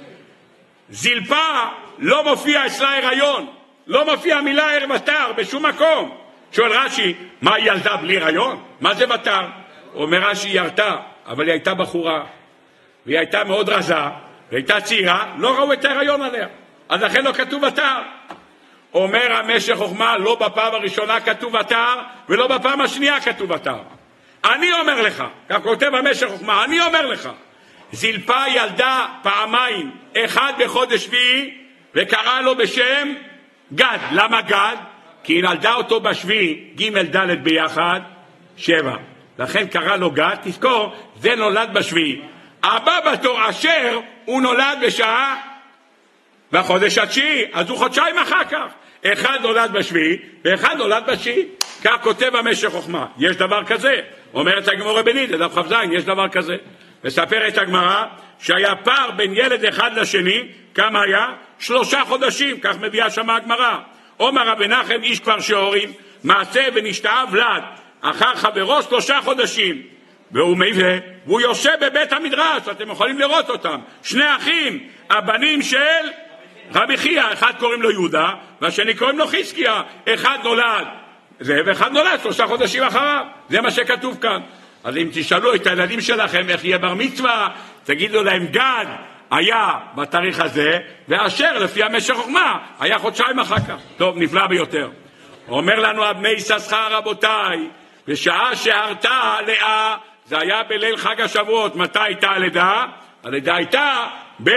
זלפה לא מופיע אצלה הריון, לא מופיע מילה ערב ותר בשום מקום. שואל רש"י, מה היא ילדה בלי הריון? מה זה ותר? אומר רש"י, היא ירתה, אבל היא הייתה בחורה, והיא הייתה מאוד רזה, והייתה צעירה, לא ראו את ההריון עליה, אז לכן לא כתוב ותר. אומר המשך חוכמה, לא בפעם הראשונה כתוב ותר, ולא בפעם השנייה כתוב ותר. אני אומר לך, כך כותב המשך חוכמה, אני אומר לך, זלפה ילדה פעמיים, אחד בחודש שביעי, וקרא לו בשם גד. למה גד? כי היא נלדה אותו בשביעי, ג' ד' ביחד, 7. לכן קרא לו גד, תזכור, זה נולד בשביעי. הבא בתור אשר, הוא נולד בשעה בחודש התשיעי, אז הוא חודשיים אחר כך. אחד נולד בשביעי, ואחד נולד בתשיעי. כך כותב המשך חוכמה. יש דבר כזה. אומרת הגמרא בנית, דף כ"ז, יש דבר כזה. מספרת הגמרא שהיה פער בין ילד אחד לשני, כמה היה? 3 חודשים, כך מביאה שם הגמרא. אומר רבי נחם, איש כבר שהורים, מעשה ונשתאה ולד, אחר חברו 3 חודשים. והוא יושב בבית המדרש, אתם יכולים לראות אותם. 2 אחים, הבנים של רבי חייא, אחד קוראים לו יהודה, והשני קוראים לו חזקיה. אחד נולד זה, ואחד נולד 3 חודשים אחריו. זה מה שכתוב כאן. אז אם תשאלו את הילדים שלכם איך יהיה בר מצווה, תגידו להם גד היה בתאריך הזה, ואשר לפי המשך חוכמה היה חודשיים אחר כך. טוב, נפלא ביותר. אומר לנו אבני יששכר, רבותיי, בשעה שהרתה לאה, זה היה בליל חג השבועות. מתי הייתה הלידה? הלידה הייתה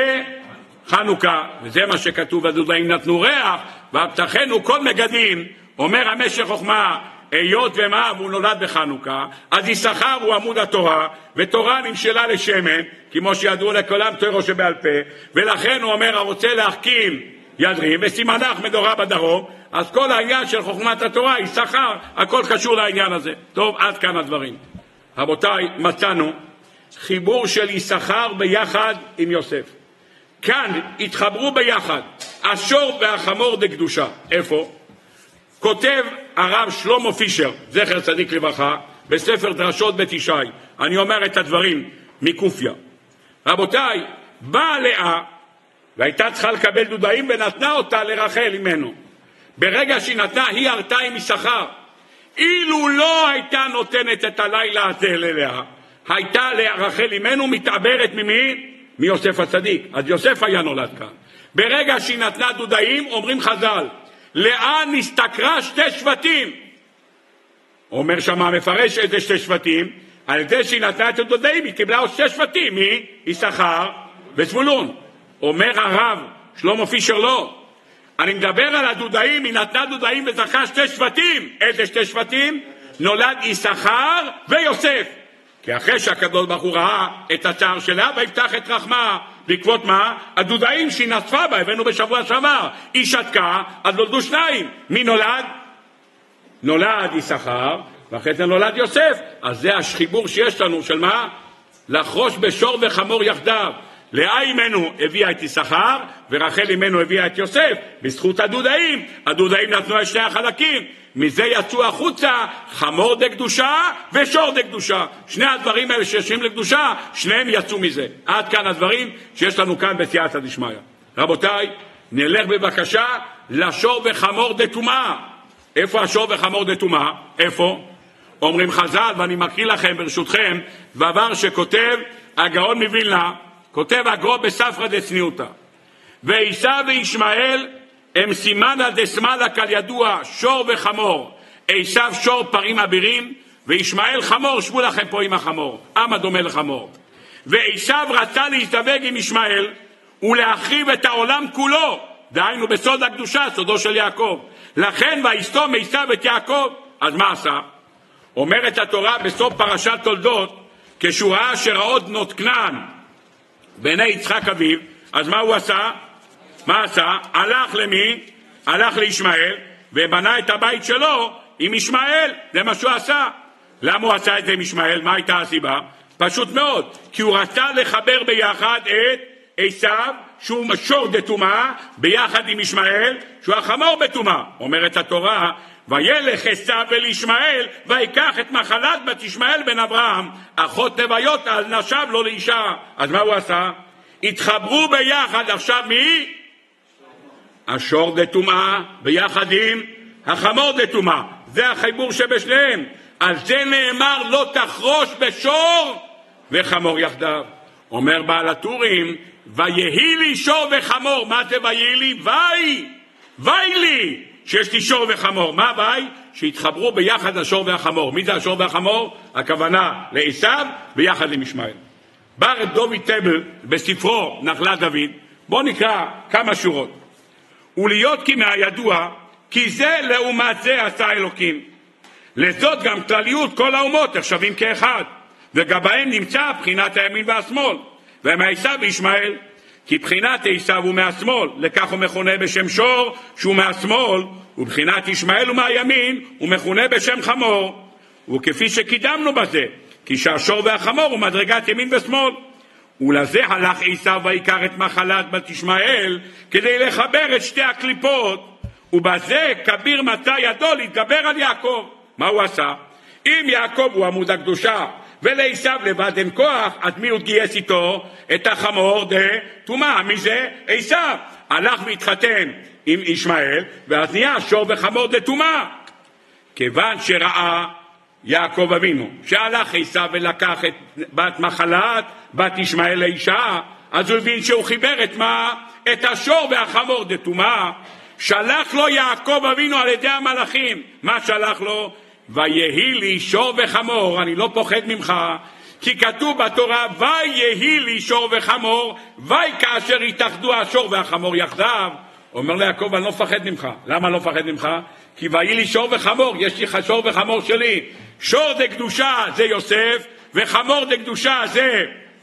בחנוכה, וזה מה שכתוב, הדודאים נתנו ריח והבטחנו כל מגדים. אומר המשך חוכמה, היות ומה הוא נולד בחנוכה, אז יששכר הוא עמוד התורה, ותורה נמשלה לשמן, כמו שידעו לכולם תורה שבעל פה, ולכן הוא אומר, הרוצה להחכים ידרים, וסימנך מדורה בדרום, אז כל העניין של חוכמת התורה, יששכר, הכל קשור לעניין הזה. טוב, עד כאן הדברים. רבותיי, מצאנו חיבור של יששכר ביחד עם יוסף. כאן התחברו ביחד השור והחמור דקדושה. איפה? כותב הרב שלמה פישר, זכר צדיק לברכה, בספר דרשות בית ישי. אני אומר את הדברים מקופיה. רבותיי, באה לאה והייתה צריכה לקבל דודאים, ונתנה אותה לרחל ממנו. ברגע שהיא נתנה, היא הרתה עם יששכר. אילו לא הייתה נותנת את הלילה הזה ללאה, הייתה לרחל ממנו מתעברת ממי? מיוסף הצדיק. אז יוסף היה נולד כאן. ברגע שהיא נתנה דודאים, אומרים חז"ל, לאה נסתכרה 2 שבטים. אומר שמה מפרש איזה 2 שבטים, על ידי שהיא נתנה את הדודאים, היא קיבלה עוד 2 שבטים, מי? יששכר וזבולון. אומר הרב שלמה פישר לא, אני מדבר על הדודאים, היא נתנה דודאים וזכה 2 שבטים. איזה 2 שבטים? נולד יששכר ויוסף. כי אחרי שהקדוש ברוך הוא ראה את הצער שלה ויפתח את רחמה, בעקבות מה? הדודאים שהיא נצפה בה, הבאנו בשבוע שעבר, היא שתקה, אז נולדו 2. מי נולד? נולד יששכר, ואחרי זה נולד יוסף. אז זה החיבור שיש לנו של מה? לחרוש בשור וחמור יחדיו. לאה אימנו הביאה את יששכר, ורחל אימנו הביאה את יוסף, בזכות הדודאים. הדודאים נתנו את 2 החלקים, מזה יצאו החוצה חמור דקדושה ושור דקדושה. 2 הדברים האלה שישים לקדושה, שניהם יצאו מזה. עד כאן הדברים שיש לנו כאן בסייעתא דשמיא. רבותיי, נלך בבקשה לשור וחמור דטומאה. איפה השור וחמור דטומאה? איפה? אומרים חז"ל, ואני מקריא לכם ברשותכם דבר שכותב הגאון מווילנה, כותב הגרו בספרא דצניעותא. ועשיו וישמעאל הם סימנא דשמאלה כידוע, שור וחמור. עשיו שור פרים אבירים, וישמעאל חמור. שבו לכם פה עם החמור, עם דומה לחמור. ועשיו רצה להזדווג עם ישמעאל ולהחריב את העולם כולו, דהיינו בסוד הקדושה, סודו של יעקב. לכן ויסתום עשיו את יעקב. אז מה עשה? אומרת התורה בסוף פרשת תולדות, כשהוא ראה שרעות בנות כנען בעיני יצחק אביו, אז מה הוא עשה? מה עשה? הלך למי? הלך לישמעאל ובנה את הבית שלו עם ישמעאל. זה מה שהוא עשה. למה הוא עשה את זה עם ישמעאל? מה הייתה הסיבה? פשוט מאוד, כי הוא רצה לחבר ביחד את עשיו שהוא שור דטומאה ביחד עם ישמעאל שהוא החמור בטומאה. אומרת התורה, וילך עשיו אל ישמעאל ויקח את מחלת בת ישמעאל בן אברהם אחות נביות על נשב לו לאישה. אז מה הוא עשה? התחברו ביחד. עכשיו מי? השור דטומאה ביחד עם החמור דטומאה. זה החיבור שבשניהם. על זה נאמר לא תחרוש בשור וחמור יחדיו. אומר בעל הטורים, ויהי לי שור וחמור. מה זה ויהי לי? וי לי שיש לי שור וחמור. מה וי? שהתחברו ביחד השור והחמור. מי זה השור והחמור? הכוונה לעשיו ביחד עם ישמעאל. בא רב דוד טבל בספרו נחלת דוד, בוא נקרא כמה שורות. ולהיות כי מהידוע כי זה לעומת זה עשה אלוקים, לזאת גם כלליות כל האומות נחשבים כאחד, וגם בהם נמצא בחינת הימין והשמאל, והם עשיו וישמעאל. כי בחינת עשיו הוא מהשמאל, לכך הוא מכונה בשם שור שהוא מהשמאל, ובחינת ישמעאל הוא מהימין, הוא מכונה בשם חמור. וכפי שקידמנו בזה, כי שהשור והחמור הוא מדרגת ימין ושמאל. ולזה הלך עשיו ויקח את מחלת בת ישמעאל כדי לחבר את 2 הקליפות, ובזה כביר מצא ידו להתגבר על יעקב. מה הוא עשה? אם יעקב הוא עמוד הקדושה ולעשיו לבד אין כוח, אז מי הוא גייס איתו? את החמור דטומאה. מי זה? עשיו. הלך והתחתן עם ישמעאל ואז נהיה שור וחמור דטומאה. כיוון שראה יעקב אבינו שהלך עשיו ולקח את בת מחלת בת ישמעאל לאישה, אז הוא הבין שהוא חיבר את מה? את השור והחמור דטומאה. שלח לו יעקב אבינו על ידי המלאכים. מה שלח לו? ויהי לי שור וחמור. אני לא פוחד ממך, כי כתוב בתורה ויהי לי שור וחמור, כאשר התאחדו השור והחמור יחדיו. אומר ליעקב, אני לא מפחד ממך. למה לא מפחד ממך? כי ויהי לי שור וחמור, יש לי שור וחמור שלי. שור דקדושה זה יוסף, וחמור דקדושה זה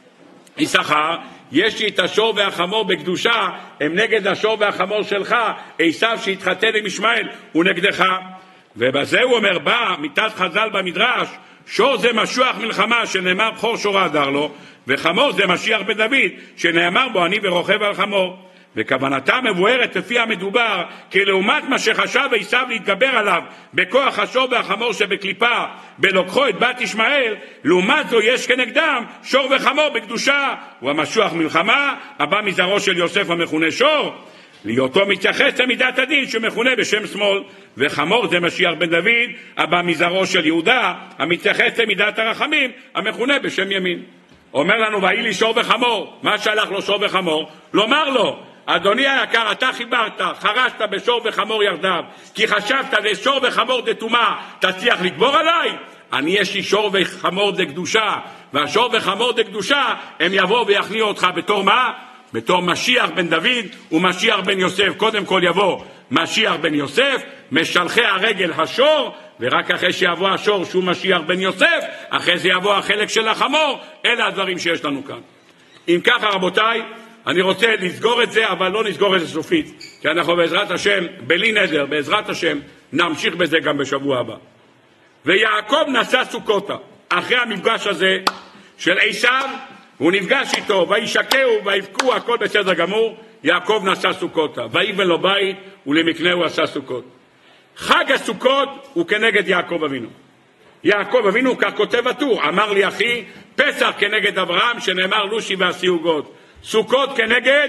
יששכר. יש לי את השור והחמור בקדושה, הם נגד השור והחמור שלך. עשיו שהתחתן עם ישמעאל הוא נגדך. ובזה הוא אומר, בא מיתת חז"ל במדרש, שור זה משוח מלחמה שנאמר בכור שורה הדר לו, וחמור זה משיח בן דוד שנאמר בו אני ורוכב על חמור. וכוונתה מבוארת לפי המדובר, כי לעומת מה שחשב עשיו להתגבר עליו בכוח השור והחמור שבקליפה בלוקחו את בת ישמעאל, לעומת זו יש כנגדם שור וחמור בקדושה. הוא המשוח מלחמה הבא מזרעו של יוסף המכונה שור, להיותו מתייחס למידת הדין שמכונה בשם שמאל, וחמור זה משיח בן דוד הבא מזרעו של יהודה המתייחס למידת הרחמים המכונה בשם ימין. אומר לנו ויהי לי שור וחמור. מה שלח לו שור וחמור? לומר לו אדוני היקר, אתה חיברת, חרשת בשור וחמור יחדיו, כי חשבת לשור וחמור דתומה, תצליח לגבור עליי? אני יש לי שור וחמור דקדושה, והשור וחמור דקדושה, הם יבואו ויכניעו אותך בתור מה? בתור משיח בן דוד ומשיח בן יוסף. קודם כל יבוא משיח בן יוסף, משלחי הרגל השור, ורק אחרי שיבוא השור שהוא משיח בן יוסף, אחרי זה יבוא החלק של החמור. אלה הדברים שיש לנו כאן. אם ככה רבותיי, אני רוצה לסגור את זה, אבל לא נסגור את זה סופית, כי אנחנו בעזרת השם, בלי נדר, בעזרת השם, נמשיך בזה גם בשבוע הבא. ויעקב נסע סוכותה. אחרי המפגש הזה של עשיו, הוא נפגש איתו, וישקהו ויבכו, הכל בסדר גמור. יעקב נסע סוכותה, ויבן לו בית ולמקנהו עשה סוכות. חג הסוכות הוא כנגד יעקב אבינו. יעקב אבינו, כך כותב הטור, אמר לי אחי, פסח כנגד אברהם, שנאמר לושי ועשיהו גוד. סוכות כנגד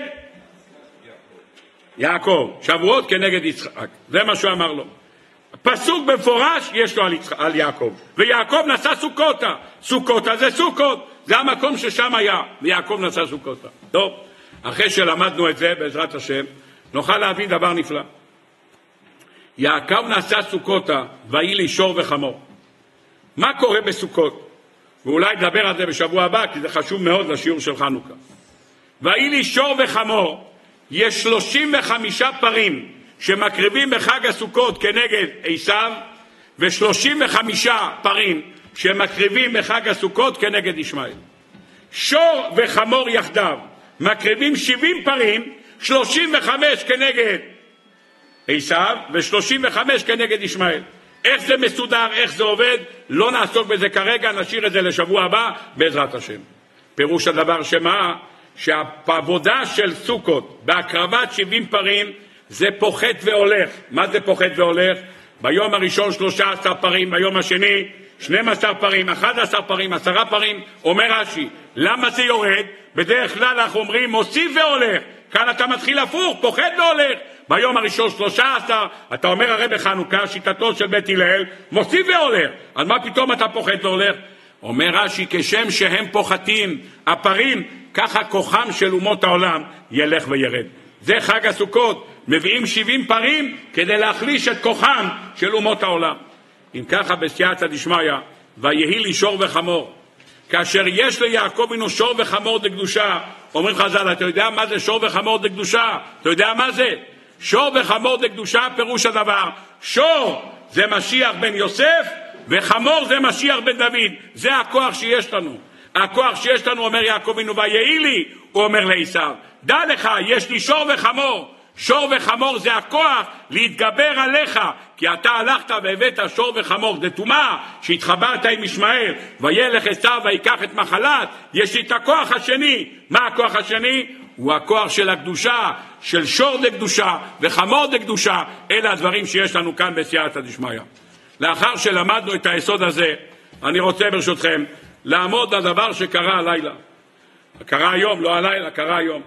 יעקב, שבועות כנגד יצחק. זה מה שהוא אמר לו. פסוק במפורש יש לו על יעקב. ויעקב נסע סוכותה. סוכותה זה סוכות, זה המקום ששם היה, ויעקב נסע סוכותה. טוב, אחרי שלמדנו את זה בעזרת השם, נוכל להבין דבר נפלא. יעקב נסע סוכותה, ויהי לי שור וחמור. מה קורה בסוכות? ואולי נדבר על זה בשבוע הבא, כי זה חשוב מאוד לשיעור של חנוכה. ויהי לי שור וחמור, יש 35 פרים שמקריבים בחג הסוכות כנגד עשיו, ו35 פרים שמקריבים בחג הסוכות כנגד ישמעאל. שור וחמור יחדיו מקריבים 70 פרים, 35 כנגד עשיו ו35 כנגד ישמעאל. איך זה מסודר, איך זה עובד, לא נעסוק בזה כרגע, נשאיר את זה לשבוע הבא בעזרת השם. פירוש הדבר שמה? שהעבודה של סוכות בהקרבת 70 פרים זה פוחת והולך. מה זה פוחת והולך? ביום הראשון 13 פרים, ביום השני 12 פרים, 11 פרים, 10 פרים. אומר רש"י, למה זה יורד? בדרך כלל אנחנו אומרים מוסיף והולך, כאן אתה מתחיל הפוך, פוחת והולך. ביום הראשון 13, אתה אומר הרי בחנוכה, שיטתו של בית הלל, מוסיף והולך. אז מה פתאום אתה פוחת והולך? אומר רש"י, כשם שהם פוחתים, הפרים, ככה כוחם של אומות העולם ילך וירד. זה חג הסוכות, מביאים 70 פרים כדי להחליש את כוחם של אומות העולם. אם ככה בסייעתא דשמיא, ויהי לי שור וחמור. כאשר יש ליעקב אבינו שור וחמור דקדושה, אומרים חז"ל, אתה יודע מה זה שור וחמור דקדושה? אתה יודע מה זה? שור וחמור דקדושה פירוש הדבר, שור זה משיח בן יוסף, וחמור זה משיח בן דוד. זה הכוח שיש לנו. הכוח שיש לנו, אומר יעקב אבינו, ויהי לי, הוא אומר לעשיו, דע לך, יש לי שור וחמור. שור וחמור זה הכוח להתגבר עליך, כי אתה הלכת והבאת שור וחמור דתומה, שהתחברת עם ישמעאל, וילך עשיו ויקח את מחלת. יש לי את הכוח השני. מה הכוח השני? הוא הכוח של הקדושה, של שור דקדושה וחמור דקדושה. אלה הדברים שיש לנו כאן בסייעתא דשמיא. לאחר שלמדנו את היסוד הזה, אני רוצה ברשותכם לעמוד על דבר שקרה הלילה. קרה היום, לא הלילה, קרה היום.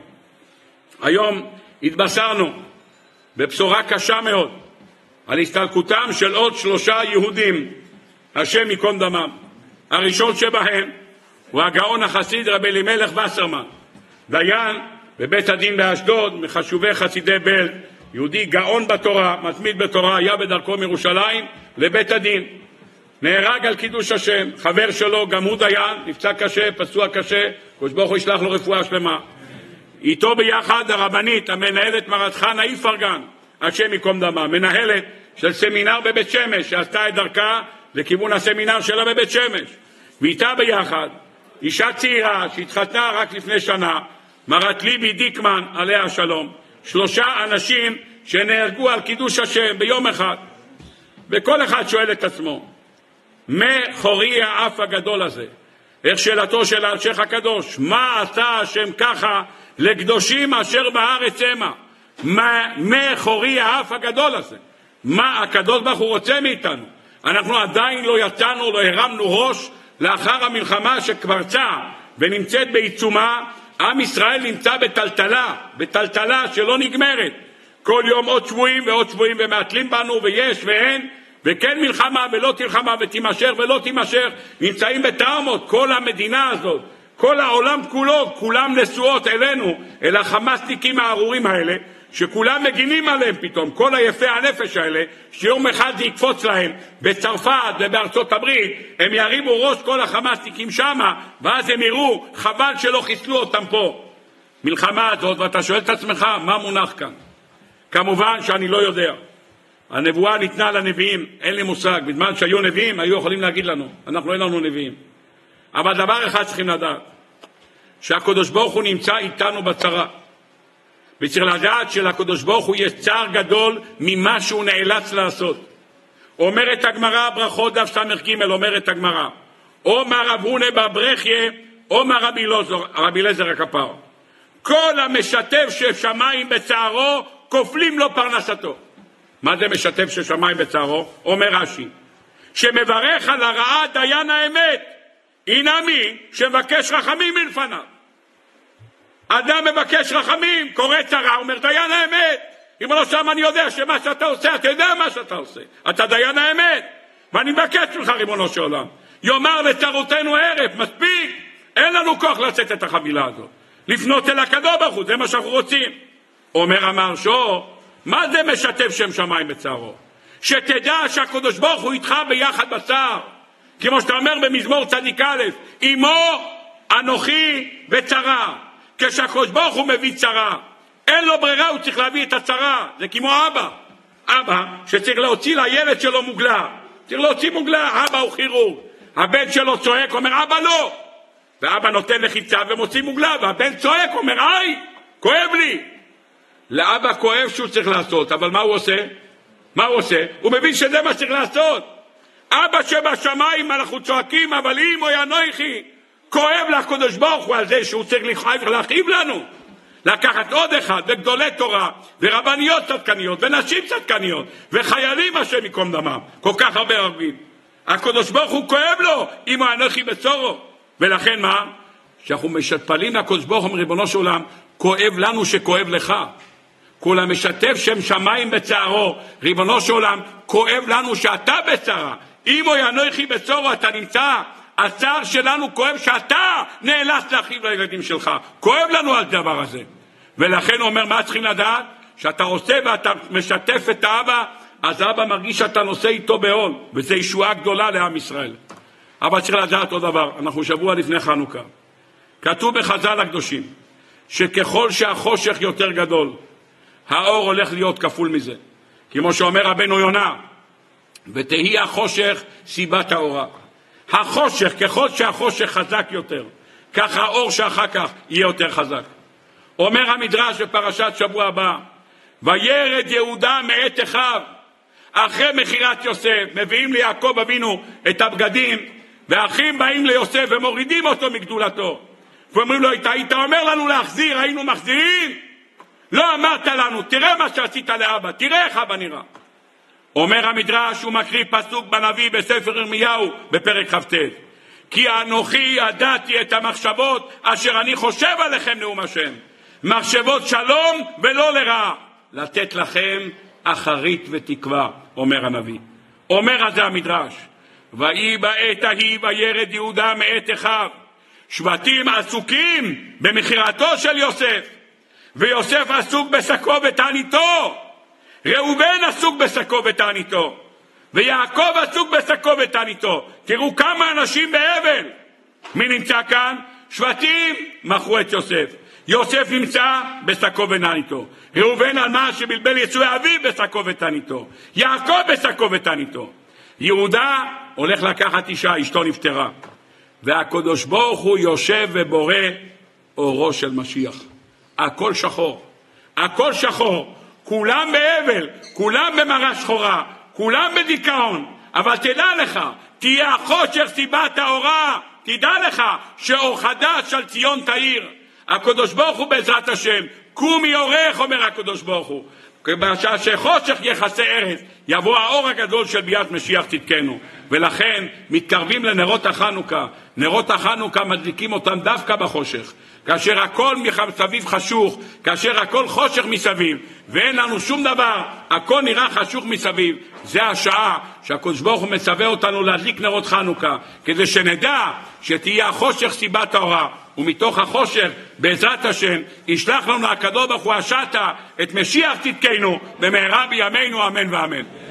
היום התבשרנו בבשורה קשה מאוד על הסתלקותם של עוד 3 יהודים, השם ייקום דמם. הראשון שבהם הוא הגאון החסיד רבי אלימלך וסרמן, דיין בבית הדין באשדוד, מחשובי חסידי בל, יהודי גאון בתורה, מתמיד בתורה, היה בדרכו מירושלים לבית הדין. נהרג על קידוש השם, חבר שלו, גם הוא דיין, נפצע קשה, פצוע קשה, קדוש ברוך הוא ישלח לו רפואה שלמה. איתו ביחד הרבנית, המנהלת מרת חנה איפרגן, השם ייקום דמה, מנהלת של סמינר בבית שמש, שעשתה את דרכה לכיוון הסמינר שלה בבית שמש. ואיתה ביחד, אישה צעירה שהתחתנה רק לפני שנה, מרת ליבי דיקמן, עליה השלום. 3 אנשים שנהרגו על קידוש השם ביום אחד. וכל אחד שואל את עצמו, מה חורי האף הגדול הזה? איך שאלתו של האלשיך הקדוש, מה עשה השם ככה לקדושים אשר בארץ המה? מה חורי האף הגדול הזה? מה הקדוש ברוך הוא רוצה מאיתנו? אנחנו עדיין לא יצאנו, לא הרמנו ראש לאחר המלחמה שפרצה ונמצאת בעיצומה. עם ישראל נמצא בטלטלה שלא נגמרת. כל יום עוד שבועים ועוד שבועים ומאתלים בנו, ויש ואין, וכן מלחמה ולא תלחמה, ותימשך ולא תימשך. נמצאים בטראומות, כל המדינה הזאת, כל העולם כולו, כולם נשואות אלינו, אל החמאסניקים הארורים האלה, שכולם מגינים עליהם פתאום, כל היפי הנפש האלה, שיום אחד זה יקפוץ להם, בצרפת ובארצות הברית, הם ירימו ראש כל החמאסניקים שמה, ואז הם יראו, חבל שלא חיסלו אותם פה. מלחמה הזאת, ואתה שואל את עצמך, מה מונח כאן? כמובן שאני לא יודע. הנבואה ניתנה לנביאים, אין לי מושג, בזמן שהיו נביאים, היו יכולים להגיד לנו, אנחנו אין לנו נביאים. אבל דבר אחד צריכים לדעת, שהקדוש ברוך הוא נמצא איתנו בצרה. וצריך לדעת שלקדוש ברוך הוא יש צער גדול ממה שהוא נאלץ לעשות. אומרת הגמרא, ברכות דף ס"ג, אומרת הגמרא, או רב הונא בר ברכיה, או רבי אליעזר הכפר. כל המשתף של שמיים בצערו, כופלים לו פרנסתו. מה זה משתף של שמיים בצערו? אומר רש"י, שמברך על הרעה דיין האמת, הנה מי שמבקש רחמים מלפניו. אדם מבקש רחמים, קורא צרה, אומר דיין האמת. אם לא שם אני יודע שמה שאתה עושה, אתה יודע מה שאתה עושה. אתה דיין האמת. ואני מבקש לך, ריבונו של עולם, יאמר לצרותינו ערב, מספיק. אין לנו כוח לצאת את החבילה הזאת. לפנות אל הקדוש ברוך הוא, זה מה שאנחנו רוצים. אומר המהרש"א, מה זה משתף שם שמיים בצערו? שתדע שהקדוש ברוך הוא איתך ביחד בצער. כמו שאתה אומר במזמור צדיק א', עמו אנוכי בצרה. כשהקדוש ברוך הוא מביא צרה, אין לו ברירה, הוא צריך להביא את הצרה. זה כמו אבא שצריך להוציא לילד שלו מוגלה. צריך להוציא מוגלה, אבא הוא כירורג. הבן שלו צועק, אומר אבא לא. ואבא נותן לחיצה ומוציא מוגלה, והבן צועק, אומר איי, כואב לי. לאבא כואב שהוא צריך לעשות, אבל מה הוא עושה? הוא מבין שזה מה שצריך לעשות. אבא שבשמיים אנחנו צועקים, אבל אם או ינויכי, כואב לקדוש ברוך הוא על זה שהוא צריך להכאיב לנו. לקחת עוד אחד, וגדולי תורה, ורבניות צדקניות, ונשים צדקניות, וחיילים השם יקום דמם, כל כך הרבה ערבים. הקדוש ברוך הוא כואב לו, אם הוא ינויכי בצורו. ולכן מה? שאנחנו משתפלים לקדוש ברוך הוא, ריבונו של עולם, כואב לנו שכואב לך. כל המשתף שם שמיים בצערו, ריבונו של עולם, כואב לנו שאתה בצרה. אם הוא ינויכי בצורו, אתה נמצא, הצער שלנו כואב שאתה נאלץ להכאיב לילדים שלך. כואב לנו על דבר הזה. ולכן הוא אומר, מה צריכים לדעת? שאתה עושה ואתה משתף את האבא, אז האבא מרגיש שאתה נושא איתו בעול, וזו ישועה גדולה לעם ישראל. אבל צריך לדעת עוד דבר, אנחנו שבוע לפני חנוכה. כתוב בחז"ל הקדושים, שככל שהחושך יותר גדול, האור הולך להיות כפול מזה. כמו שאומר רבנו יונה, ותהי החושך סיבת האורה. החושך, ככל שהחושך חזק יותר, ככה האור שאחר כך יהיה יותר חזק. אומר המדרש בפרשת שבוע הבא, וירד יהודה מאת אחיו, אחרי מכירת יוסף, מביאים ליעקב אבינו את הבגדים, והאחים באים ליוסף ומורידים אותו מגדולתו. ואומרים לו, היית אומר לנו להחזיר, היינו מחזירים? לא אמרת לנו, תראה מה שעשית לאבא, תראה איך אבא נראה. אומר המדרש, הוא מקריא פסוק בנביא בספר ירמיהו בפרק כ"ט. כי אנוכי ידעתי את המחשבות אשר אני חושב עליכם נאום השם. מחשבות שלום ולא לרעה. לתת לכם אחרית ותקווה, אומר הנביא. אומר על זה המדרש. ויהי בעת ההיא וירד יהודה מאת אחיו. שבטים עסוקים במכירתו של יוסף. ויוסף עסוק בשקו ותעניתו. ראובן עסוק בשקו ותעניתו. ויעקב עסוק בשקו ותעניתו. תראו כמה אנשים באבל. מי נמצא כאן? שבטים מכרו את יוסף. יוסף נמצא בשקו ותעניתו. ראובן על מה שבלבל יצוא אביו בשקו ותעניתו. יעקב בשקו ותעניתו. יהודה הולך לקחת אישה, אשתו נפטרה. והקדוש ברוך הוא יושב ובורא אורו של משיח. הכל שחור. הכל שחור. כולם באבל, כולם במראה שחורה, כולם בדיכאון. אבל תדע לך, תהיה החושך סיבת האורה. תדע לך שאור חדש על ציון תאיר. הקדוש ברוך הוא בעזרת השם, קומי אורך, אומר הקדוש ברוך הוא. בשעה שחושך יחסי ארץ, יבוא האור הגדול של ביאת משיח צדקנו. ולכן מתקרבים לנרות החנוכה. נרות החנוכה מדליקים אותם דווקא בחושך. כאשר הכל מסביב חשוך, כאשר הכל חושך מסביב, ואין לנו שום דבר, הכל נראה חשוך מסביב. זה השעה שהקדוש ברוך הוא מצווה אותנו להדליק נרות חנוכה, כדי שנדע שתהיה החושך סיבת האורה. ומתוך החושך, בעזרת השם, ישלח לנו הקדוש ברוך הוא השעתה את משיח צדקנו, במהרה בימינו, אמן ואמן.